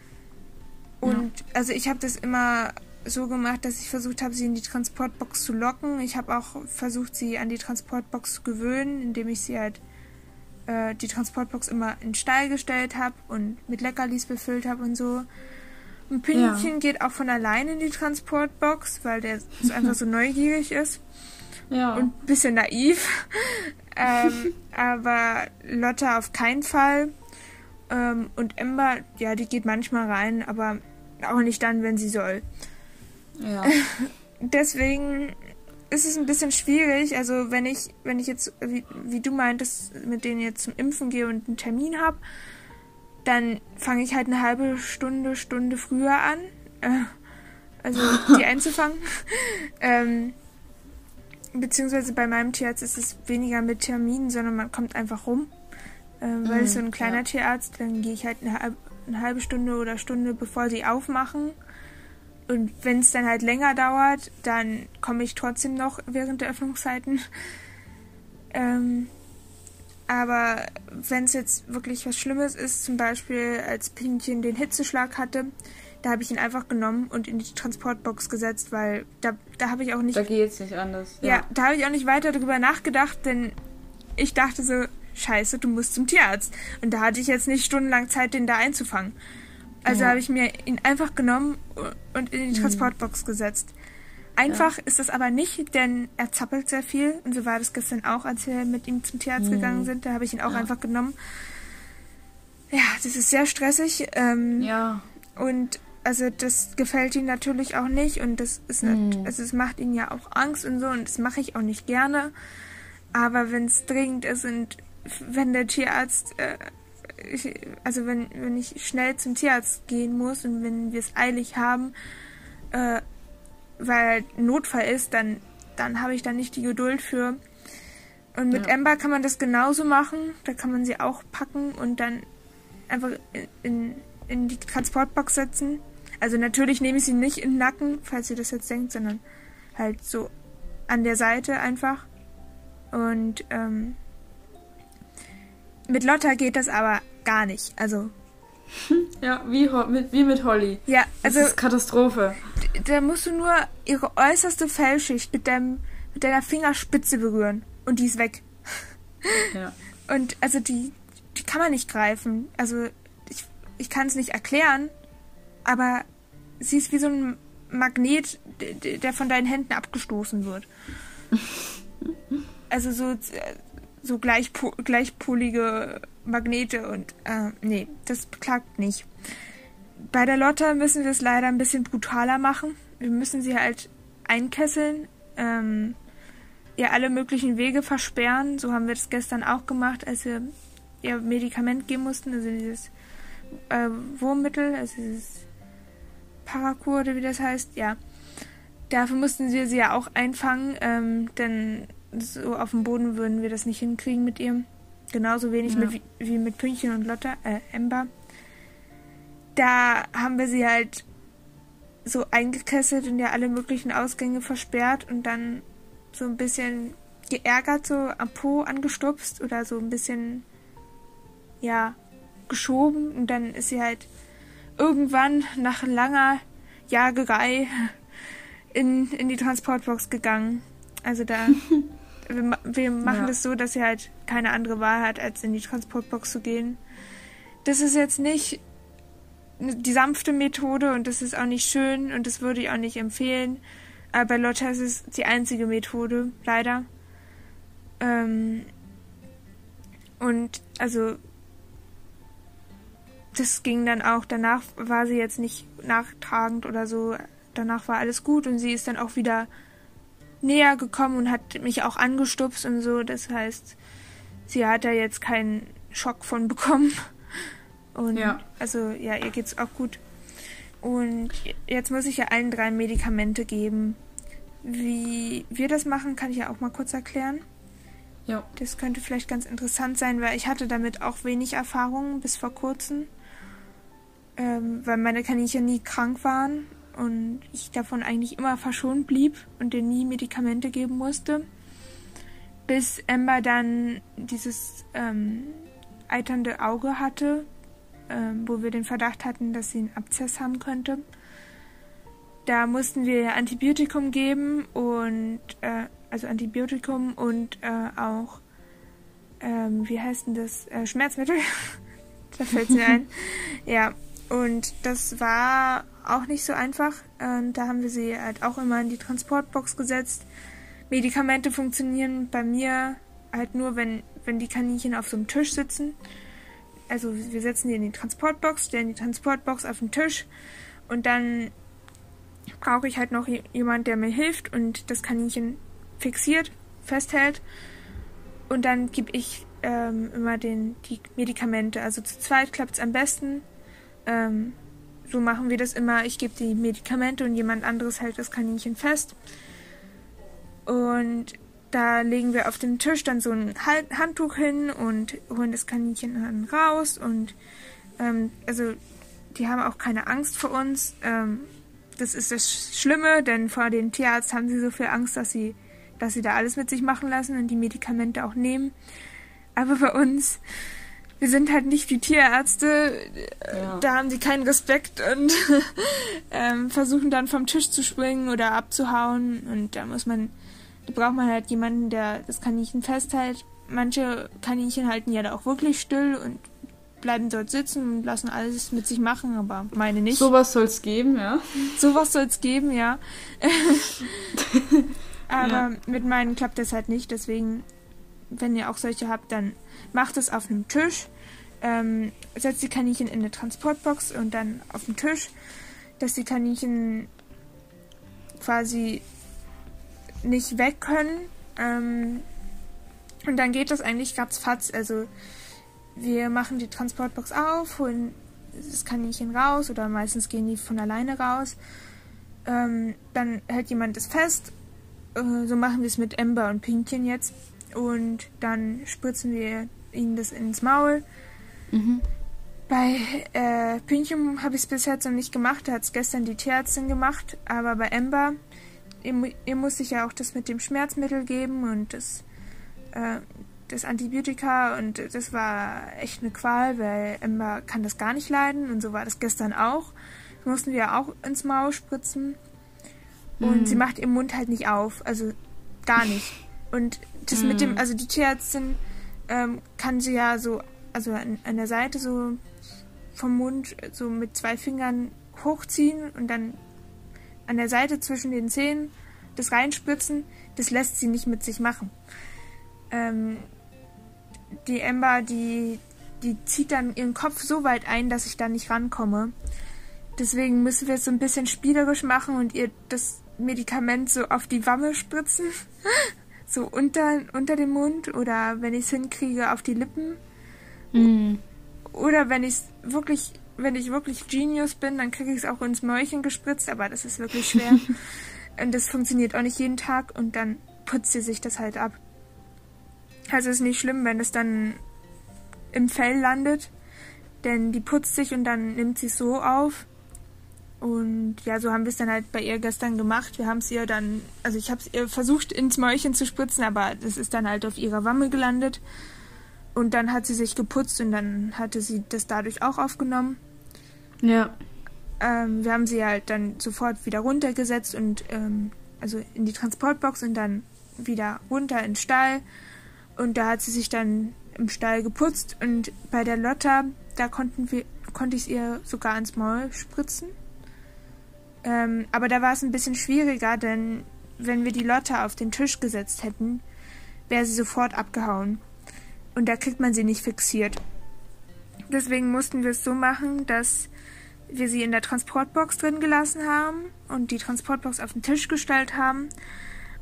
Und ja. also ich habe das immer so gemacht, dass ich versucht habe, sie in die Transportbox zu locken. Ich habe auch versucht, sie an die Transportbox zu gewöhnen, indem ich sie halt äh, die Transportbox immer in den Stall gestellt habe und mit Leckerlis befüllt habe und so. Ein Pünktchen ja. geht auch von alleine in die Transportbox, weil der so einfach so neugierig ist. Ja. Und ein bisschen naiv. ähm, aber Lotta auf keinen Fall. Ähm, und Ember, ja, die geht manchmal rein, aber auch nicht dann, wenn sie soll. Ja. Deswegen ist es ein bisschen schwierig. Also wenn ich, wenn ich jetzt, wie, wie du meintest, mit denen jetzt zum Impfen gehe und einen Termin habe, dann fange ich halt eine halbe Stunde, Stunde früher an, äh, also die einzufangen. ähm, beziehungsweise bei meinem Tierarzt ist es weniger mit Terminen, sondern man kommt einfach rum. Ähm, weil mm, es so ein kleiner ja. Tierarzt, dann gehe ich halt eine, halb, eine halbe Stunde oder Stunde, bevor sie aufmachen. Und wenn es dann halt länger dauert, dann komme ich trotzdem noch während der Öffnungszeiten. Ähm, aber wenn es jetzt wirklich was Schlimmes ist, zum Beispiel als Pinchen den Hitzeschlag hatte, da habe ich ihn einfach genommen und in die Transportbox gesetzt, weil da, da habe ich auch nicht... Da geht's nicht anders. Ja, ja da habe ich auch nicht weiter drüber nachgedacht, denn ich dachte so, scheiße, du musst zum Tierarzt. Und da hatte ich jetzt nicht stundenlang Zeit, den da einzufangen. Also ja. habe ich mir ihn einfach genommen und in die Transportbox mhm. gesetzt. Einfach ja. ist es aber nicht, denn er zappelt sehr viel. Und so war das gestern auch, als wir mit ihm zum Tierarzt mhm. gegangen sind. Da habe ich ihn auch ja. einfach genommen. Ja, das ist sehr stressig. Ähm, ja. Und also das gefällt ihm natürlich auch nicht. Und das ist mhm. nicht, also es macht ihn ja auch Angst und so. Und das mache ich auch nicht gerne. Aber wenn es dringend ist und wenn der Tierarzt... Äh, Ich, also wenn, wenn ich schnell zum Tierarzt gehen muss und wenn wir es eilig haben, äh, weil ein Notfall ist, dann, dann habe ich da nicht die Geduld für. Und mit ja. Ember kann man das genauso machen. Da kann man sie auch packen und dann einfach in, in, in die Transportbox setzen. Also natürlich nehme ich sie nicht in den Nacken, falls ihr das jetzt denkt, sondern halt so an der Seite einfach. Und ähm, mit Lotta geht das aber gar nicht. Also. Ja, wie, mit, wie mit Holly. Ja, also. Das ist Katastrophe. Da musst du nur ihre äußerste Fellschicht mit, deinem, mit deiner Fingerspitze berühren. Und die ist weg. Ja. Und also die, die kann man nicht greifen. Also ich, ich kann es nicht erklären, aber sie ist wie so ein Magnet, der von deinen Händen abgestoßen wird. Also so. so gleichpo- gleichpolige Magnete und äh, nee, das beklagt nicht. Bei der Lotta müssen wir es leider ein bisschen brutaler machen. Wir müssen sie halt einkesseln, ähm, ihr alle möglichen Wege versperren. So haben wir das gestern auch gemacht, als wir ihr Medikament geben mussten, also dieses äh, Wurmmittel, also dieses Parakur oder wie das heißt, ja. Dafür mussten wir sie ja auch einfangen, ähm, denn so auf dem Boden würden wir das nicht hinkriegen mit ihr. Genauso wenig ja. mit, wie mit Pünktchen und Lotta, äh, Ember. Da haben wir sie halt so eingekesselt und ja alle möglichen Ausgänge versperrt und dann so ein bisschen geärgert so am Po angestupst oder so ein bisschen, ja, geschoben. Und dann ist sie halt irgendwann nach langer Jagerei in, in die Transportbox gegangen. Also da... Wir, wir machen ja. das so, dass sie halt keine andere Wahl hat, als in die Transportbox zu gehen. Das ist jetzt nicht die sanfte Methode und das ist auch nicht schön und das würde ich auch nicht empfehlen. Aber bei Lotta ist es die einzige Methode, leider. Ähm und also das ging dann auch. Danach war sie jetzt nicht nachtragend oder so. Danach war alles gut und sie ist dann auch wieder näher gekommen und hat mich auch angestupst und so. Das heißt, sie hat da jetzt keinen Schock von bekommen. Und Ja. also ja, ihr geht's auch gut. Und jetzt muss ich ja allen drei Medikamente geben. Wie wir das machen, kann ich ja auch mal kurz erklären. Ja. Das könnte vielleicht ganz interessant sein, weil ich hatte damit auch wenig Erfahrung bis vor kurzem. Ähm, weil meine Kaninchen nie krank waren und ich davon eigentlich immer verschont blieb und denen nie Medikamente geben musste. Bis Ember dann dieses ähm, eiternde Auge hatte, ähm, wo wir den Verdacht hatten, dass sie einen Abszess haben könnte. Da mussten wir Antibiotikum geben und äh, also Antibiotikum und äh, auch ähm, wie heißt denn das? Äh, Schmerzmittel. Da fällt es mir ein. Ja, und das war auch nicht so einfach. Und da haben wir sie halt auch immer in die Transportbox gesetzt. Medikamente funktionieren bei mir halt nur, wenn, wenn die Kaninchen auf so einem Tisch sitzen. Also wir setzen die in die Transportbox, stellen die Transportbox auf den Tisch und dann brauche ich halt noch jemand, der mir hilft und das Kaninchen fixiert, festhält. Und dann gebe ich ähm, immer den, die Medikamente. Also zu zweit klappt es am besten. Ähm, so machen wir das immer. Ich gebe die Medikamente und jemand anderes hält das Kaninchen fest. Und da legen wir auf dem Tisch dann so ein Handtuch hin und holen das Kaninchen dann raus. Und ähm, also die haben auch keine Angst vor uns. Ähm, das ist das Schlimme, denn vor dem Tierarzt haben sie so viel Angst, dass sie, dass sie da alles mit sich machen lassen und die Medikamente auch nehmen. Aber bei uns, wir sind halt nicht die Tierärzte, Ja. da haben sie keinen Respekt und ähm, versuchen dann vom Tisch zu springen oder abzuhauen. Und da muss man, da braucht man halt jemanden, der das Kaninchen festhält. Manche Kaninchen halten ja da auch wirklich still und bleiben dort sitzen und lassen alles mit sich machen, aber meine nicht. Sowas soll es geben, ja. Sowas soll es geben, ja. Aber Ja. mit meinen klappt das halt nicht, deswegen, wenn ihr auch solche habt, dann macht es auf einem Tisch, ähm, setzt die Kaninchen in eine Transportbox und dann auf den Tisch, dass die Kaninchen quasi nicht weg können. Ähm, und dann geht das eigentlich ratzfatz. Also wir machen die Transportbox auf, holen das Kaninchen raus oder meistens gehen die von alleine raus. Ähm, dann hält jemand das fest. Äh, so machen wir es mit Ember und Pinkchen jetzt. Und dann spritzen wir ihnen das ins Maul. Mhm. Bei äh, Pinkchen habe ich es bis jetzt noch nicht gemacht. Da hat es gestern die Tierärztin gemacht. Aber bei Ember, ihr, ihr musste ich ja auch das mit dem Schmerzmittel geben und das, äh, das Antibiotika. Und das war echt eine Qual, weil Ember kann das gar nicht leiden. Und so war das gestern auch. Das mussten wir auch ins Maul spritzen. Und Mhm. sie macht ihren Mund halt nicht auf. Also gar nicht. Und das Mhm. mit dem, also die Tierärztin ähm, kann sie ja so, also an, an der Seite so vom Mund so mit zwei Fingern hochziehen und dann an der Seite zwischen den Zähnen das reinspritzen. Das lässt sie nicht mit sich machen. Ähm, die Ember, die, die zieht dann ihren Kopf so weit ein, dass ich da nicht rankomme. Deswegen müssen wir es so ein bisschen spielerisch machen und ihr das Medikament so auf die Wamme spritzen. So unter, unter dem Mund oder wenn ich es hinkriege auf die Lippen. Mhm. Oder wenn ich wirklich, wenn ich wirklich Genius bin, dann kriege ich es auch ins Mäulchen gespritzt, aber das ist wirklich schwer. Und das funktioniert auch nicht jeden Tag und dann putzt sie sich das halt ab. Also ist nicht schlimm, wenn es dann im Fell landet, denn die putzt sich und dann nimmt sie es so auf. Und ja, so haben wir es dann halt bei ihr gestern gemacht. Wir haben es ihr dann, also ich habe es ihr versucht ins Mäulchen zu spritzen, aber das ist dann halt auf ihrer Wamme gelandet. Und dann hat sie sich geputzt und dann hatte sie das dadurch auch aufgenommen. Ja. Ähm, wir haben sie halt dann sofort wieder runtergesetzt und ähm, also in die Transportbox und dann wieder runter in den Stall. Und da hat sie sich dann im Stall geputzt. Und bei der Lotta, da konnten wir, konnte ich es ihr sogar ins Maul spritzen. Ähm, aber da war es ein bisschen schwieriger, denn wenn wir die Lotta auf den Tisch gesetzt hätten, wäre sie sofort abgehauen. Und da kriegt man sie nicht fixiert. Deswegen mussten wir es so machen, dass wir sie in der Transportbox drin gelassen haben und die Transportbox auf den Tisch gestellt haben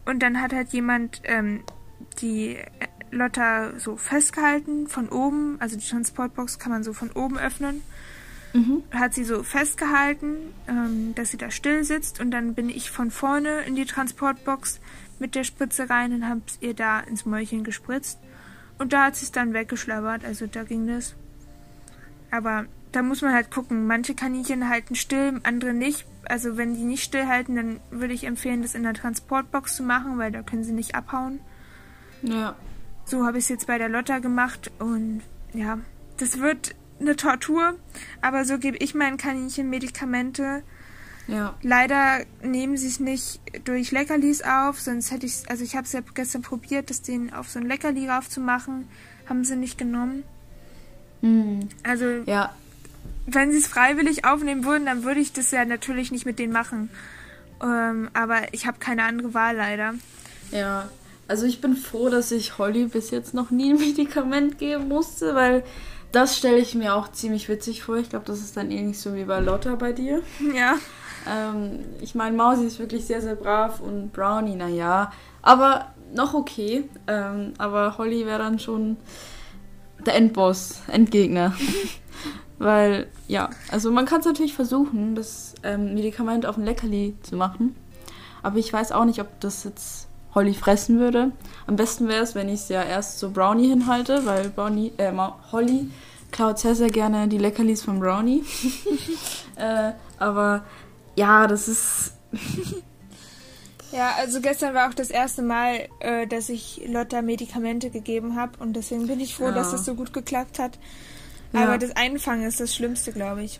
und dann hat halt jemand ähm, die Lotta so festgehalten von oben, also die Transportbox kann man so von oben öffnen. Mhm. Hat sie so festgehalten, ähm, dass sie da still sitzt und dann bin ich von vorne in die Transportbox mit der Spritze rein und hab's ihr da ins Mäulchen gespritzt und da hat sie es dann weggeschlabbert, also da ging das. Aber da muss man halt gucken, manche Kaninchen halten still, andere nicht. Also wenn die nicht still halten, dann würde ich empfehlen, das in der Transportbox zu machen, weil da können sie nicht abhauen. Ja. So habe ich es jetzt bei der Lotta gemacht und ja, das wird eine Tortur, aber so gebe ich meinen Kaninchen Medikamente. Ja. Leider nehmen sie es nicht durch Leckerlis auf, sonst hätte ich also ich habe es ja gestern probiert, das denen auf so ein Leckerli raufzumachen, haben sie nicht genommen. Mhm. Also ja. Wenn sie es freiwillig aufnehmen würden, dann würde ich das ja natürlich nicht mit denen machen. Ähm, aber ich habe keine andere Wahl leider. Ja, also ich bin froh, dass ich Holly bis jetzt noch nie ein Medikament geben musste, weil das stelle ich mir auch ziemlich witzig vor. Ich glaube, das ist dann ähnlich so wie bei Lotta bei dir. Ja. Ähm, ich meine, Mausi ist wirklich sehr, sehr brav und Brownie, naja, aber noch okay. Ähm, aber Holly wäre dann schon der Endboss, Endgegner. Weil, ja, also man kann es natürlich versuchen, das ähm, Medikament auf ein Leckerli zu machen. Aber ich weiß auch nicht, ob das jetzt Holly fressen würde. Am besten wäre es, wenn ich es ja erst so Brownie hinhalte, weil Brownie, äh, Holly klaut sehr, sehr gerne die Leckerlis von Brownie. äh, aber ja, das ist... Ja, also gestern war auch das erste Mal, äh, dass ich Lotta Medikamente gegeben habe und deswegen bin ich froh, ja. dass das so gut geklappt hat. Ja. Aber das Einfangen ist das Schlimmste, glaube ich.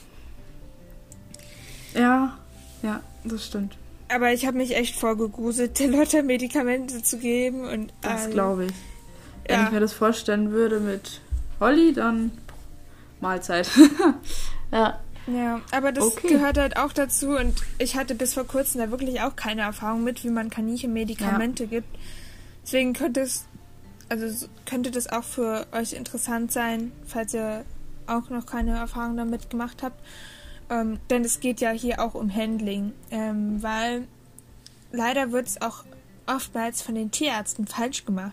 Ja, ja, das stimmt. Aber ich habe mich echt vorgegruselt, der Lotta Medikamente zu geben. Und, das äh, glaube ich. Wenn ja. ich mir das vorstellen würde mit Holly, dann Mahlzeit. Ja. Ja, aber das okay. gehört halt auch dazu und ich hatte bis vor kurzem da wirklich auch keine Erfahrung mit, wie man Kaninchen Medikamente ja. gibt. Deswegen könnte es, also könnte das auch für euch interessant sein, falls ihr auch noch keine Erfahrung damit gemacht habt. Ähm, denn es geht ja hier auch um Handling, ähm, weil leider wird es auch oftmals von den Tierärzten falsch gemacht.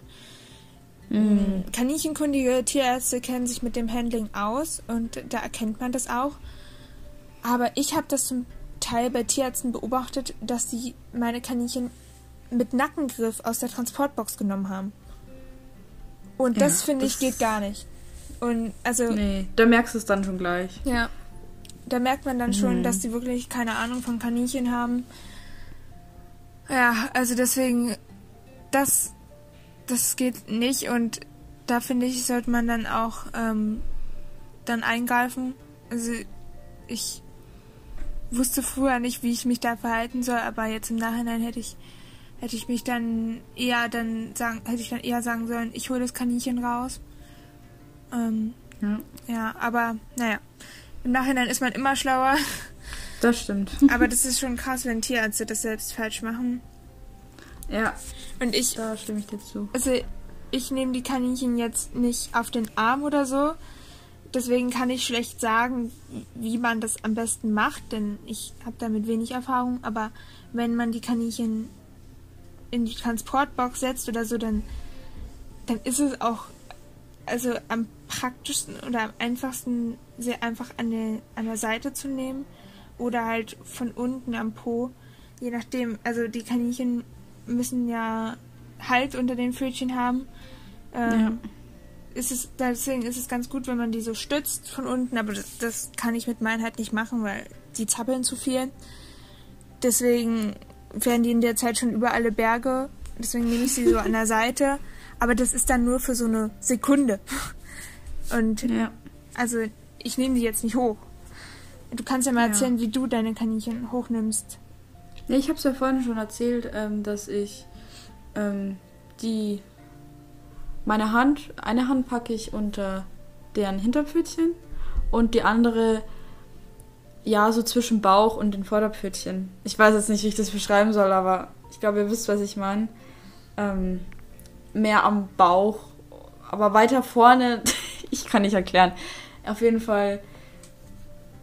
Mhm. Kaninchenkundige Tierärzte kennen sich mit dem Handling aus und da erkennt man das auch. Aber ich habe das zum Teil bei Tierärzten beobachtet, dass sie meine Kaninchen mit Nackengriff aus der Transportbox genommen haben. Und das, ja, finde ich, geht gar nicht. Und also... Nee, da merkst du es dann schon gleich. Ja, da merkt man dann mhm. schon, dass die wirklich keine Ahnung von Kaninchen haben. Ja, also deswegen, das, das geht nicht. Und da, finde ich, sollte man dann auch ähm, dann eingreifen. Also ich... wusste früher nicht, wie ich mich da verhalten soll, aber jetzt im Nachhinein hätte ich hätte ich mich dann eher dann sagen, hätte ich dann eher sagen sollen, ich hole das Kaninchen raus. Ähm, ja. ja, aber naja, im Nachhinein ist man immer schlauer. Das stimmt. Aber das ist schon krass, wenn Tierärzte das selbst falsch machen. Ja. Und ich, da stimme ich dir zu. Also ich nehme die Kaninchen jetzt nicht auf den Arm oder so. Deswegen kann ich schlecht sagen, wie man das am besten macht, denn ich habe damit wenig Erfahrung. Aber wenn man die Kaninchen in die Transportbox setzt oder so, dann, dann ist es auch also am praktischsten oder am einfachsten, sehr einfach an der, an der Seite zu nehmen oder halt von unten am Po. Je nachdem, also die Kaninchen müssen ja Halt unter den Pfötchen haben. Ähm, ja. Ist es, deswegen ist es ganz gut, wenn man die so stützt von unten, aber das, das kann ich mit meinen halt nicht machen, weil die zappeln zu viel. Deswegen werden die in der Zeit schon über alle Berge, deswegen nehme ich sie so an der Seite, aber das ist dann nur für so eine Sekunde. Und ja. also ich nehme die jetzt nicht hoch. Du kannst ja mal erzählen, ja. wie du deine Kaninchen hochnimmst. Ja, ich habe es ja vorhin schon erzählt, ähm, dass ich ähm, die Meine Hand, eine Hand packe ich unter deren Hinterpfötchen und die andere, ja, so zwischen Bauch und den Vorderpfötchen. Ich weiß jetzt nicht, wie ich das beschreiben soll, aber ich glaube, ihr wisst, was ich meine. Ähm, mehr am Bauch, aber weiter vorne, ich kann nicht erklären. Auf jeden Fall,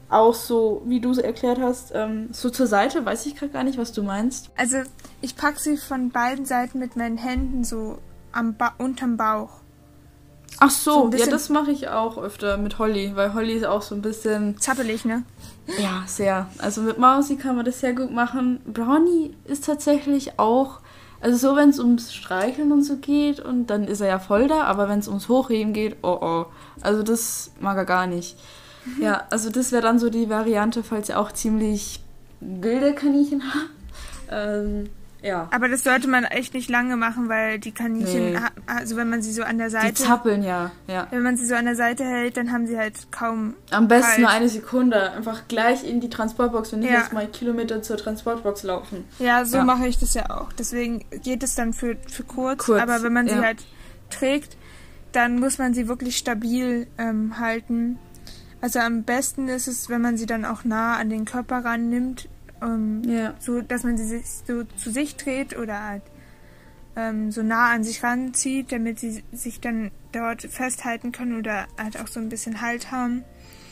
auch so, wie du es erklärt hast, ähm, so zur Seite, weiß ich gerade gar nicht, was du meinst. Also ich packe sie von beiden Seiten mit meinen Händen so am ba- unterm Bauch. Ach so, so ja, das mache ich auch öfter mit Holly, weil Holly ist auch so ein bisschen... zappelig, ne? Ja, sehr. Also mit Mausi kann man das sehr gut machen. Brownie ist tatsächlich auch... Also so, wenn es ums Streicheln und so geht, und dann ist er ja voll da, aber wenn es ums Hochheben geht, oh oh. Also das mag er gar nicht. Mhm. Ja, also das wäre dann so die Variante, falls ihr auch ziemlich wilde Kaninchen habt. Ähm, ja. Aber das sollte man echt nicht lange machen, weil die Kaninchen, Nee. also wenn man sie so an der Seite... Die zappeln ja, ja. Wenn man sie so an der Seite hält, dann haben sie halt kaum Am besten Halt. nur eine Sekunde. Einfach gleich in die Transportbox und nicht Ja. erst mal Kilometer zur Transportbox laufen. Ja, so Ja. mache ich das ja auch. Deswegen geht es dann für, für kurz, Kurz, aber wenn man sie ja. halt trägt, dann muss man sie wirklich stabil ähm, halten. Also am besten ist es, wenn man sie dann auch nah an den Körper rannimmt, ähm, Ja. so dass man sie sich so zu sich dreht oder halt ähm, so nah an sich ranzieht, damit sie sich dann dort festhalten können oder halt auch so ein bisschen Halt haben.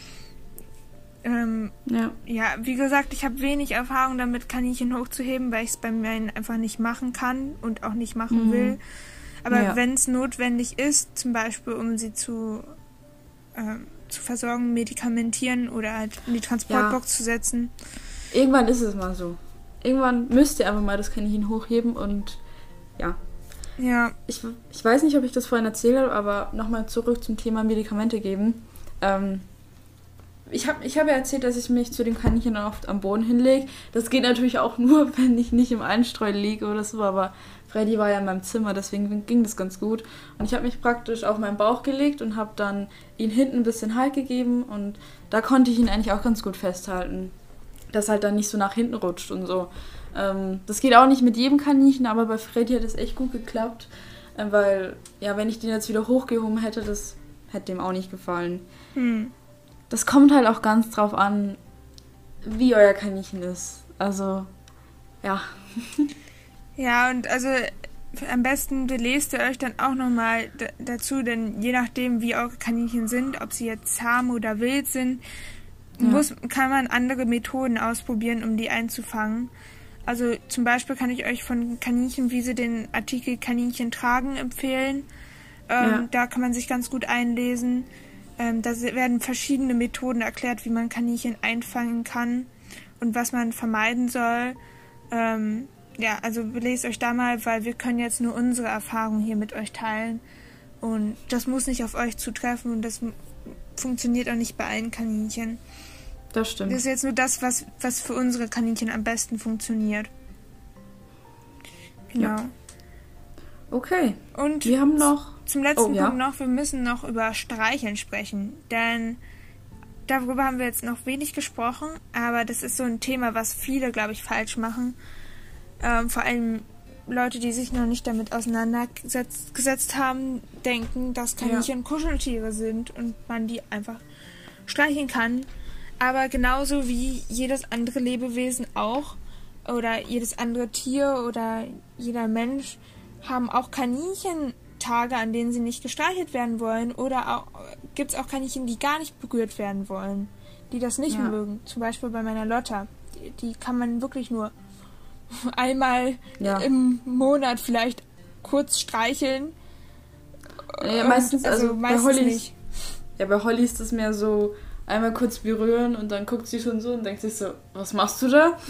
Ähm, Ja. ja, wie gesagt, ich habe wenig Erfahrung damit, Kaninchen hochzuheben, weil ich es bei mir einfach nicht machen kann und auch nicht machen Mhm. will. Aber Ja. wenn es notwendig ist, zum Beispiel um sie zu, ähm, zu versorgen, medikamentieren oder halt in die Transportbox zu setzen. Irgendwann ist es mal so. Irgendwann müsst ihr einfach mal das Kaninchen hochheben und ja. Ja, Ich, ich weiß nicht, ob ich das vorhin erzählt habe, aber nochmal zurück zum Thema Medikamente geben. Ähm, ich habe ich hab ja erzählt, dass ich mich zu den Kaninchen dann oft am Boden hinlege. Das geht natürlich auch nur, wenn ich nicht im Einstreu liege oder so, aber Freddy war ja in meinem Zimmer, deswegen ging das ganz gut. Und ich habe mich praktisch auf meinen Bauch gelegt und habe dann ihn hinten ein bisschen Halt gegeben und da konnte ich ihn eigentlich auch ganz gut festhalten, dass halt dann nicht so nach hinten rutscht und so. Ähm, das geht auch nicht mit jedem Kaninchen, aber bei Freddy hat es echt gut geklappt, äh, weil, ja, wenn ich den jetzt wieder hochgehoben hätte, das hätte dem auch nicht gefallen. hm. Das kommt halt auch ganz drauf an, wie euer Kaninchen ist. Also, ja. Ja, und also am besten belest ihr euch dann auch nochmal d- dazu, denn je nachdem, wie eure Kaninchen sind, ob sie jetzt zahm oder wild sind, Ja. muss, kann man andere Methoden ausprobieren, um die einzufangen. Also zum Beispiel kann ich euch von Kaninchenwiese den Artikel Kaninchen tragen empfehlen. Ähm, Ja. Da kann man sich ganz gut einlesen. Ähm, da se- werden verschiedene Methoden erklärt, wie man Kaninchen einfangen kann und was man vermeiden soll. Ähm, ja, also belest euch da mal, weil wir können jetzt nur unsere Erfahrungen hier mit euch teilen. Und das muss nicht auf euch zutreffen und das m- funktioniert auch nicht bei allen Kaninchen. Das stimmt. Das ist jetzt nur das, was, was für unsere Kaninchen am besten funktioniert. Genau. Ja. Okay. Und Wir haben noch... zum letzten Oh, ja. Punkt noch, wir müssen noch über Streicheln sprechen, denn darüber haben wir jetzt noch wenig gesprochen, aber das ist so ein Thema, was viele, glaube ich, falsch machen. Ähm, vor allem Leute, die sich noch nicht damit auseinandergesetzt gesetzt haben, denken, dass Kaninchen Kuscheltiere sind und man die einfach streicheln kann. Aber genauso wie jedes andere Lebewesen auch, oder jedes andere Tier oder jeder Mensch, haben auch Kaninchen Tage, an denen sie nicht gestreichelt werden wollen, oder auch, gibt es auch Kaninchen, die gar nicht berührt werden wollen, die das nicht Ja. mögen. Zum Beispiel bei meiner Lotta. Die, die kann man wirklich nur einmal Ja. im Monat vielleicht kurz streicheln. Ja, Und- meistens, also, bei meistens Holly nicht. Ja, bei Holly ist das mehr so einmal kurz berühren und dann guckt sie schon so und denkt sich so, was machst du da?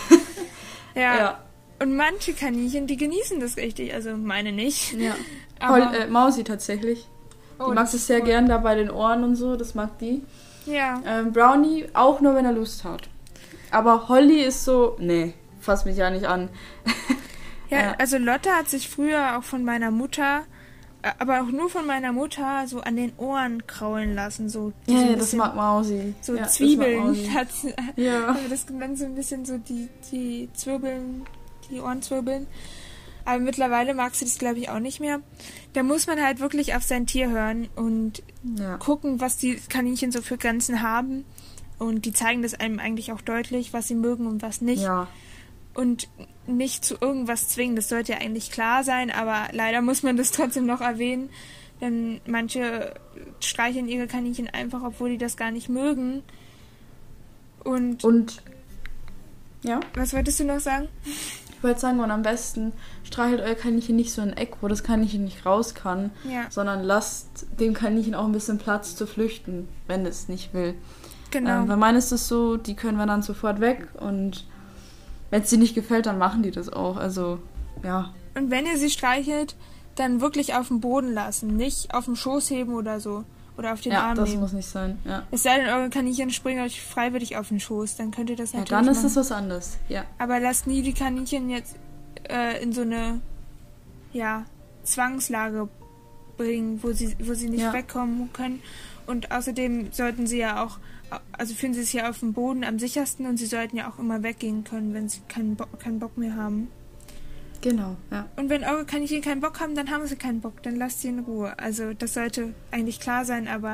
Ja. Ja. Und manche Kaninchen, die genießen das richtig, also meine nicht. ja. Aber Hol, äh, Mausi tatsächlich. Die Oh, mag das es ist sehr cool. gern da bei den Ohren und so, das mag die. ja. Ähm, Brownie auch nur, wenn er Lust hat. Aber Holly ist so, nee, fass mich ja nicht an. Ja, Ja. also Lotte hat sich früher auch von meiner Mutter, äh, aber auch nur von meiner Mutter, so an den Ohren kraulen lassen. So, die Ja, so ein ja, das bisschen- mag Mausi. So ja, das mag Zwiebeln Mausi. hat sie- Ja. also das dann so ein bisschen so die, die Zwirbeln, die Ohrenzwirbeln. Aber mittlerweile mag sie das, glaube ich, auch nicht mehr. Da muss man halt wirklich auf sein Tier hören und Ja. gucken, was die Kaninchen so für Grenzen haben. Und die zeigen das einem eigentlich auch deutlich, was sie mögen und was nicht. Ja. Und nicht zu irgendwas zwingen, das sollte ja eigentlich klar sein, aber leider muss man das trotzdem noch erwähnen, denn manche streicheln ihre Kaninchen einfach, obwohl die das gar nicht mögen. Und, Und, ja? Was wolltest du noch sagen? Ich wollte sagen, und am besten streichelt euer Kaninchen nicht so ein Eck, wo das Kaninchen nicht raus kann, ja. sondern lasst dem Kaninchen auch ein bisschen Platz zu flüchten, wenn es nicht will. Genau. Ähm, bei meinen ist es so, die können wir dann sofort weg und wenn es dir nicht gefällt, dann machen die das auch. Also, ja. Und wenn ihr sie streichelt, dann wirklich auf dem Boden lassen, nicht auf dem Schoß heben oder so. Oder auf den ja, Arm das nehmen. muss nicht sein, ja. Es sei denn, eure Kaninchen springen euch freiwillig auf den Schoß, dann könnt ihr das Ja, natürlich dann ist machen. es was anderes, ja. Aber lasst nie die Kaninchen jetzt äh, in so eine, ja, Zwangslage bringen, wo sie, wo sie nicht ja. wegkommen können. Und außerdem sollten sie ja auch, also fühlen sie sich ja auf dem Boden am sichersten und sie sollten ja auch immer weggehen können, wenn sie keinen, Bo- keinen Bock mehr haben. Genau, ja. Und wenn eure Kaninchen keinen Bock haben, dann haben sie keinen Bock, dann lasst sie in Ruhe. Also das sollte eigentlich klar sein, aber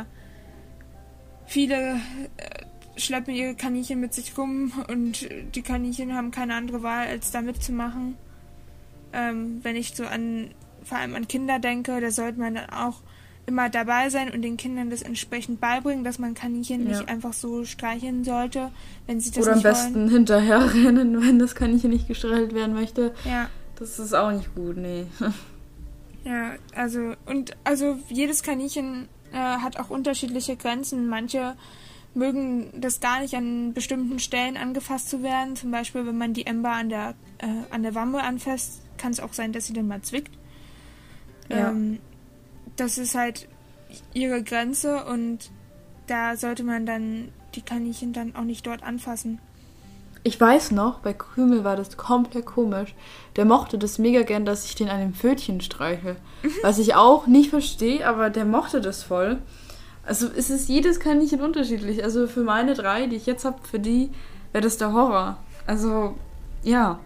viele äh, schleppen ihre Kaninchen mit sich rum und die Kaninchen haben keine andere Wahl, als da mitzumachen. Ähm, wenn ich so an, vor allem an Kinder denke, da sollte man dann auch immer dabei sein und den Kindern das entsprechend beibringen, dass man Kaninchen ja. nicht einfach so streicheln sollte, wenn sie das Oder nicht am besten wollen. hinterher rennen, wenn das Kaninchen nicht gestreichelt werden möchte. Ja. Das ist auch nicht gut, nee. Ja, also, und also jedes Kaninchen äh, hat auch unterschiedliche Grenzen. Manche mögen das gar nicht an bestimmten Stellen angefasst zu werden. Zum Beispiel, wenn man die Ember an der, äh, an der Wampe anfasst, kann es auch sein, dass sie dann mal zwickt. Ja. Ähm, das ist halt ihre Grenze und da sollte man dann die Kaninchen dann auch nicht dort anfassen. Ich weiß noch, bei Krümel war das komplett komisch. Der mochte das mega gern, dass ich den an dem Pfötchen streiche. Was ich auch nicht verstehe, aber der mochte das voll. Also es ist jedes Kaninchen unterschiedlich. Also für meine drei, die ich jetzt habe, für die wäre das der Horror. Also, ja.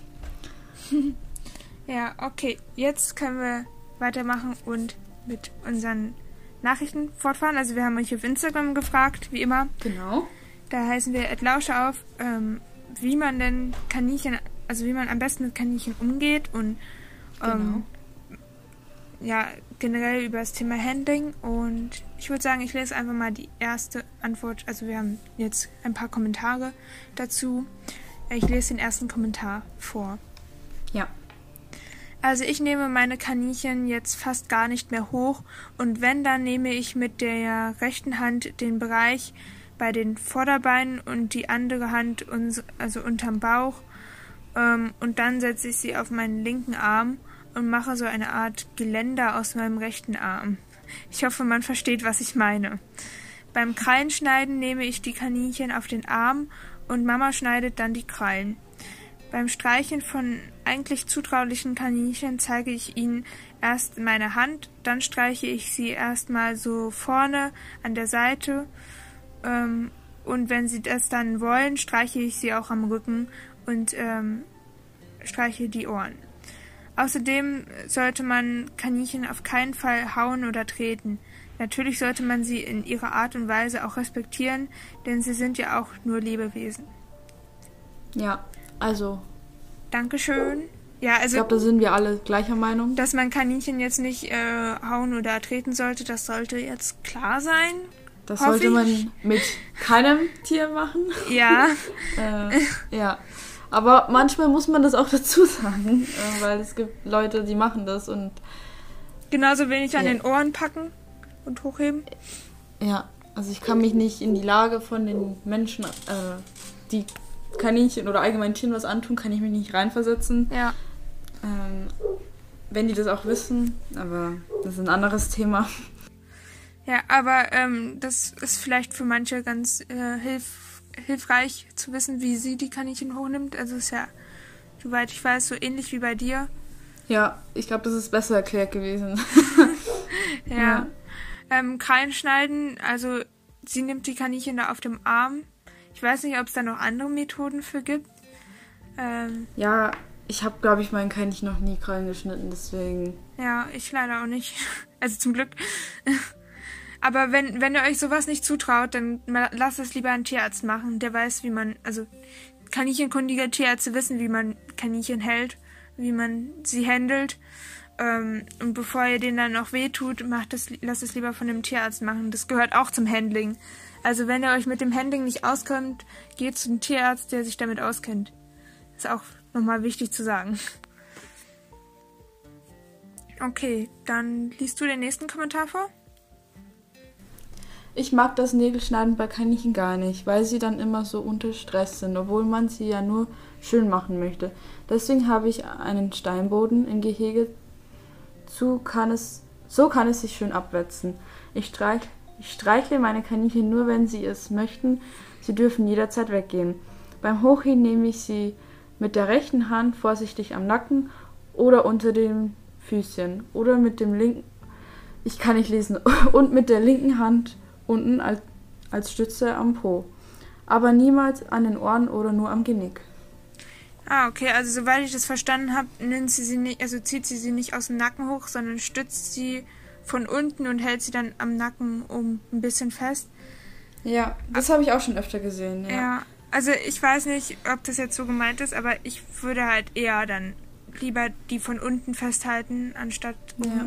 Ja, okay. Jetzt können wir weitermachen und mit unseren Nachrichten fortfahren. Also wir haben euch auf Instagram gefragt, wie immer. Genau. Da heißen wir Lausche auf, ähm, wie man denn Kaninchen, also wie man am besten mit Kaninchen umgeht und ähm, genau. ja, generell über das Thema Handling. Und ich würde sagen, ich lese einfach mal die erste Antwort. Also wir haben jetzt ein paar Kommentare dazu. Ich lese den ersten Kommentar vor. Ja. Also ich nehme meine Kaninchen jetzt fast gar nicht mehr hoch und wenn, dann nehme ich mit der rechten Hand den Bereich bei den Vorderbeinen und die andere Hand uns, also unterm Bauch ähm, und dann setze ich sie auf meinen linken Arm und mache so eine Art Geländer aus meinem rechten Arm. Ich hoffe, man versteht, was ich meine. Beim Krallenschneiden nehme ich die Kaninchen auf den Arm und Mama schneidet dann die Krallen. Beim Streichen von eigentlich zutraulichen Kaninchen zeige ich ihnen erst meine Hand, dann streiche ich sie erstmal so vorne an der Seite ähm, und wenn sie das dann wollen, streiche ich sie auch am Rücken und ähm, streiche die Ohren. Außerdem sollte man Kaninchen auf keinen Fall hauen oder treten. Natürlich sollte man sie in ihrer Art und Weise auch respektieren, denn sie sind ja auch nur Lebewesen. Ja, also... Dankeschön. Ja, also, ich glaube, da sind wir alle gleicher Meinung. Dass man Kaninchen jetzt nicht äh, hauen oder treten sollte, das sollte jetzt klar sein. Das sollte ich. man mit keinem Tier machen. Ja. äh, ja. Aber manchmal muss man das auch dazu sagen, äh, weil es gibt Leute, die machen das und... Genauso wenig an ja. den Ohren packen und hochheben. Ja, also ich kann mich nicht in die Lage von den Menschen, äh, die Kaninchen oder allgemein Tieren was antun, kann ich mich nicht reinversetzen. Ja. Ähm, wenn die das auch wissen, aber das ist ein anderes Thema. Ja, aber ähm, das ist vielleicht für manche ganz äh, hilf, hilfreich zu wissen, wie sie die Kaninchen hochnimmt. Also ist ja, soweit ich weiß, so ähnlich wie bei dir. Ja, ich glaube, das ist besser erklärt gewesen. ja. ja. Ähm, Krallen schneiden, also sie nimmt die Kaninchen da auf dem Arm. Ich weiß nicht, ob es da noch andere Methoden für gibt. Ähm, ja, ich habe, glaube ich, meinen Kaninchen noch nie Krallen geschnitten, deswegen... Ja, ich leider auch nicht. Also zum Glück. Aber wenn, wenn ihr euch sowas nicht zutraut, dann lasst es lieber einen Tierarzt machen. Der weiß, wie man, also kaninchenkundige Tierärzte wissen, wie man Kaninchen hält, wie man sie handelt. Ähm, und bevor ihr denen dann noch wehtut, macht es, lasst es lieber von dem Tierarzt machen. Das gehört auch zum Handling. Also wenn ihr euch mit dem Handling nicht auskommt, geht zum Tierarzt, der sich damit auskennt. Ist auch nochmal wichtig zu sagen. Okay, dann liest du den nächsten Kommentar vor. Ich mag das Nägelschneiden bei Kaninchen gar nicht, weil sie dann immer so unter Stress sind, obwohl man sie ja nur schön machen möchte. Deswegen habe ich einen Steinboden im Gehege. So kann es, so kann es sich schön abwetzen. Ich, streich, ich streichle meine Kaninchen nur, wenn sie es möchten. Sie dürfen jederzeit weggehen. Beim Hochheben nehme ich sie mit der rechten Hand vorsichtig am Nacken oder unter dem Füßchen oder mit dem linken, ich kann nicht lesen, und mit der linken Hand unten als, als Stütze am Po. Aber niemals an den Ohren oder nur am Genick. Ah, okay, also soweit ich das verstanden habe, nimmt sie sie nicht, also zieht sie sie nicht aus dem Nacken hoch, sondern stützt sie von unten und hält sie dann am Nacken um ein bisschen fest. Ja, das habe ich auch schon öfter gesehen, ja. Ja, also ich weiß nicht, ob das jetzt so gemeint ist, aber ich würde halt eher dann lieber die von unten festhalten, anstatt oben. Ja.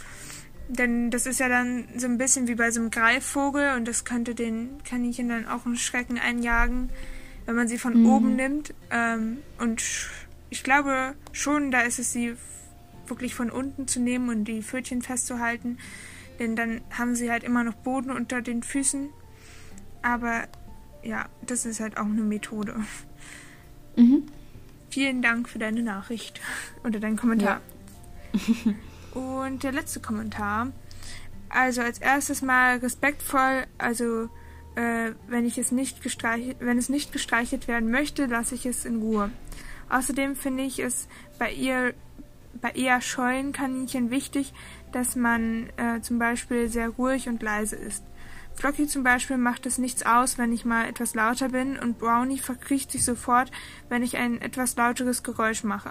Denn das ist ja dann so ein bisschen wie bei so einem Greifvogel und das könnte den Kaninchen dann auch einen Schrecken einjagen, wenn man sie von mhm. oben nimmt. Ähm, und ich glaube schon, da ist es sie wirklich von unten zu nehmen und die Pfötchen festzuhalten, denn dann haben sie halt immer noch Boden unter den Füßen. Aber ja, das ist halt auch eine Methode. Mhm. Vielen Dank für deine Nachricht oder deinen Kommentar. Ja. Und der letzte Kommentar. Also als erstes mal respektvoll, also äh, wenn ich es nicht gestreichelt, wenn es nicht gestreichelt werden möchte, lasse ich es in Ruhe. Außerdem finde ich es bei ihr, bei eher scheuen Kaninchen wichtig, dass man äh, zum Beispiel sehr ruhig und leise ist. Flocky zum Beispiel macht es nichts aus, wenn ich mal etwas lauter bin und Brownie verkriecht sich sofort, wenn ich ein etwas lauteres Geräusch mache.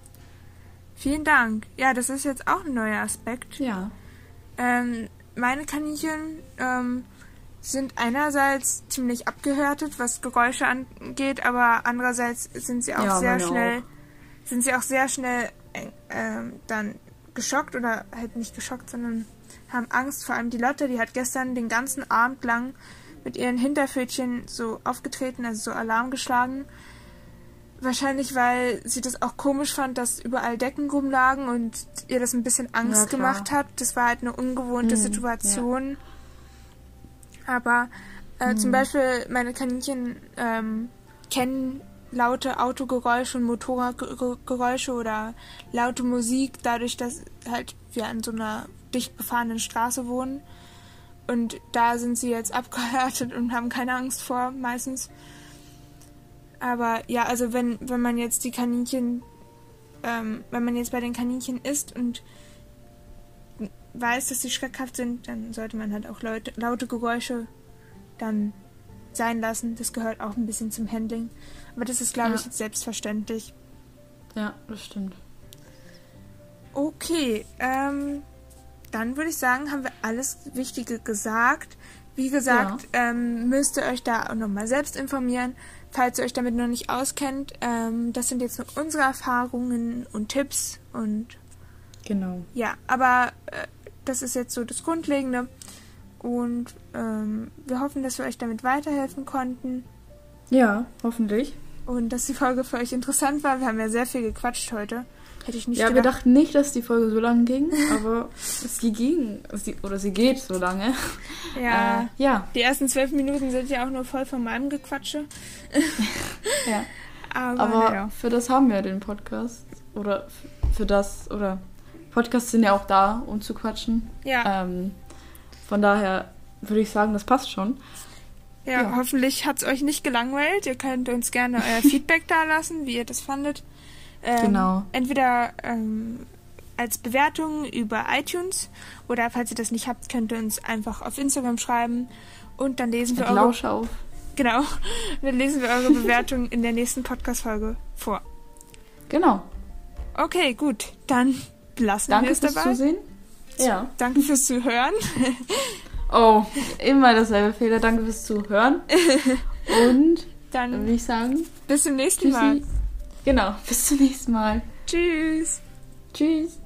Vielen Dank. Ja, das ist jetzt auch ein neuer Aspekt. Ja. Ähm, meine Kaninchen ähm, sind einerseits ziemlich abgehärtet, was Geräusche angeht, aber andererseits sind sie auch ja, sehr schnell, auch. sind sie auch sehr schnell äh, ähm, dann geschockt oder halt nicht geschockt, sondern haben Angst. Vor allem die Lotte, die hat gestern den ganzen Abend lang mit ihren Hinterpfötchen so aufgetreten, also so Alarm geschlagen. Wahrscheinlich, weil sie das auch komisch fand, dass überall Decken rumlagen und ihr das ein bisschen Angst ja, gemacht hat. Das war halt eine ungewohnte hm, Situation. Ja. Aber äh, hm. zum Beispiel meine Kaninchen ähm, kennen laute Autogeräusche und Motorradgeräusche oder laute Musik, dadurch, dass halt wir an so einer dicht befahrenen Straße wohnen. Und da sind sie jetzt abgehärtet und haben keine Angst vor, meistens. Aber ja, also wenn, wenn man jetzt die Kaninchen, ähm, wenn man jetzt bei den Kaninchen ist und weiß, dass sie schreckhaft sind, dann sollte man halt auch laute, laute Geräusche dann sein lassen. Das gehört auch ein bisschen zum Handling. Aber das ist, glaube ja. ich, jetzt selbstverständlich. Ja, das stimmt. Okay, ähm, dann würde ich sagen, haben wir alles Wichtige gesagt. Wie gesagt, ja. ähm, müsst ihr euch da auch nochmal selbst informieren, falls ihr euch damit noch nicht auskennt. Ähm, das sind jetzt nur unsere Erfahrungen und Tipps und genau. Ja, aber äh, das ist jetzt so das Grundlegende und ähm, wir hoffen, dass wir euch damit weiterhelfen konnten. Ja, hoffentlich. Und dass die Folge für euch interessant war. Wir haben ja sehr viel gequatscht heute. Hätte ich nicht ja, gedacht. wir dachten nicht, dass die Folge so lang ging, aber sie ging, sie, oder sie geht so lange. Ja, äh, ja. Die ersten zwölf Minuten sind ja auch nur voll von meinem Gequatsche. ja. Aber, aber ja. für das haben wir den Podcast. Oder für das, oder Podcasts sind ja auch da, um zu quatschen. Ja. Ähm, von daher würde ich sagen, das passt schon. Ja, ja. Hoffentlich hat es euch nicht gelangweilt. Ihr könnt uns gerne euer Feedback da lassen, wie ihr das fandet. Ähm, genau. Entweder ähm, als Bewertung über iTunes oder falls ihr das nicht habt, könnt ihr uns einfach auf Instagram schreiben und dann lesen wir eure... Lausch auf. Genau. Dann lesen wir eure Bewertung in der nächsten Podcast-Folge vor. Genau. Okay, gut. Dann lassen Danke wir es dabei. Danke fürs Zusehen. Ja. Danke fürs Zuhören. Oh, immer dasselbe Fehler. Danke fürs Zuhören. Und dann würde ich sagen, bis zum nächsten tschüssi. Mal. Genau, bis zum nächsten Mal. Tschüss. Tschüss.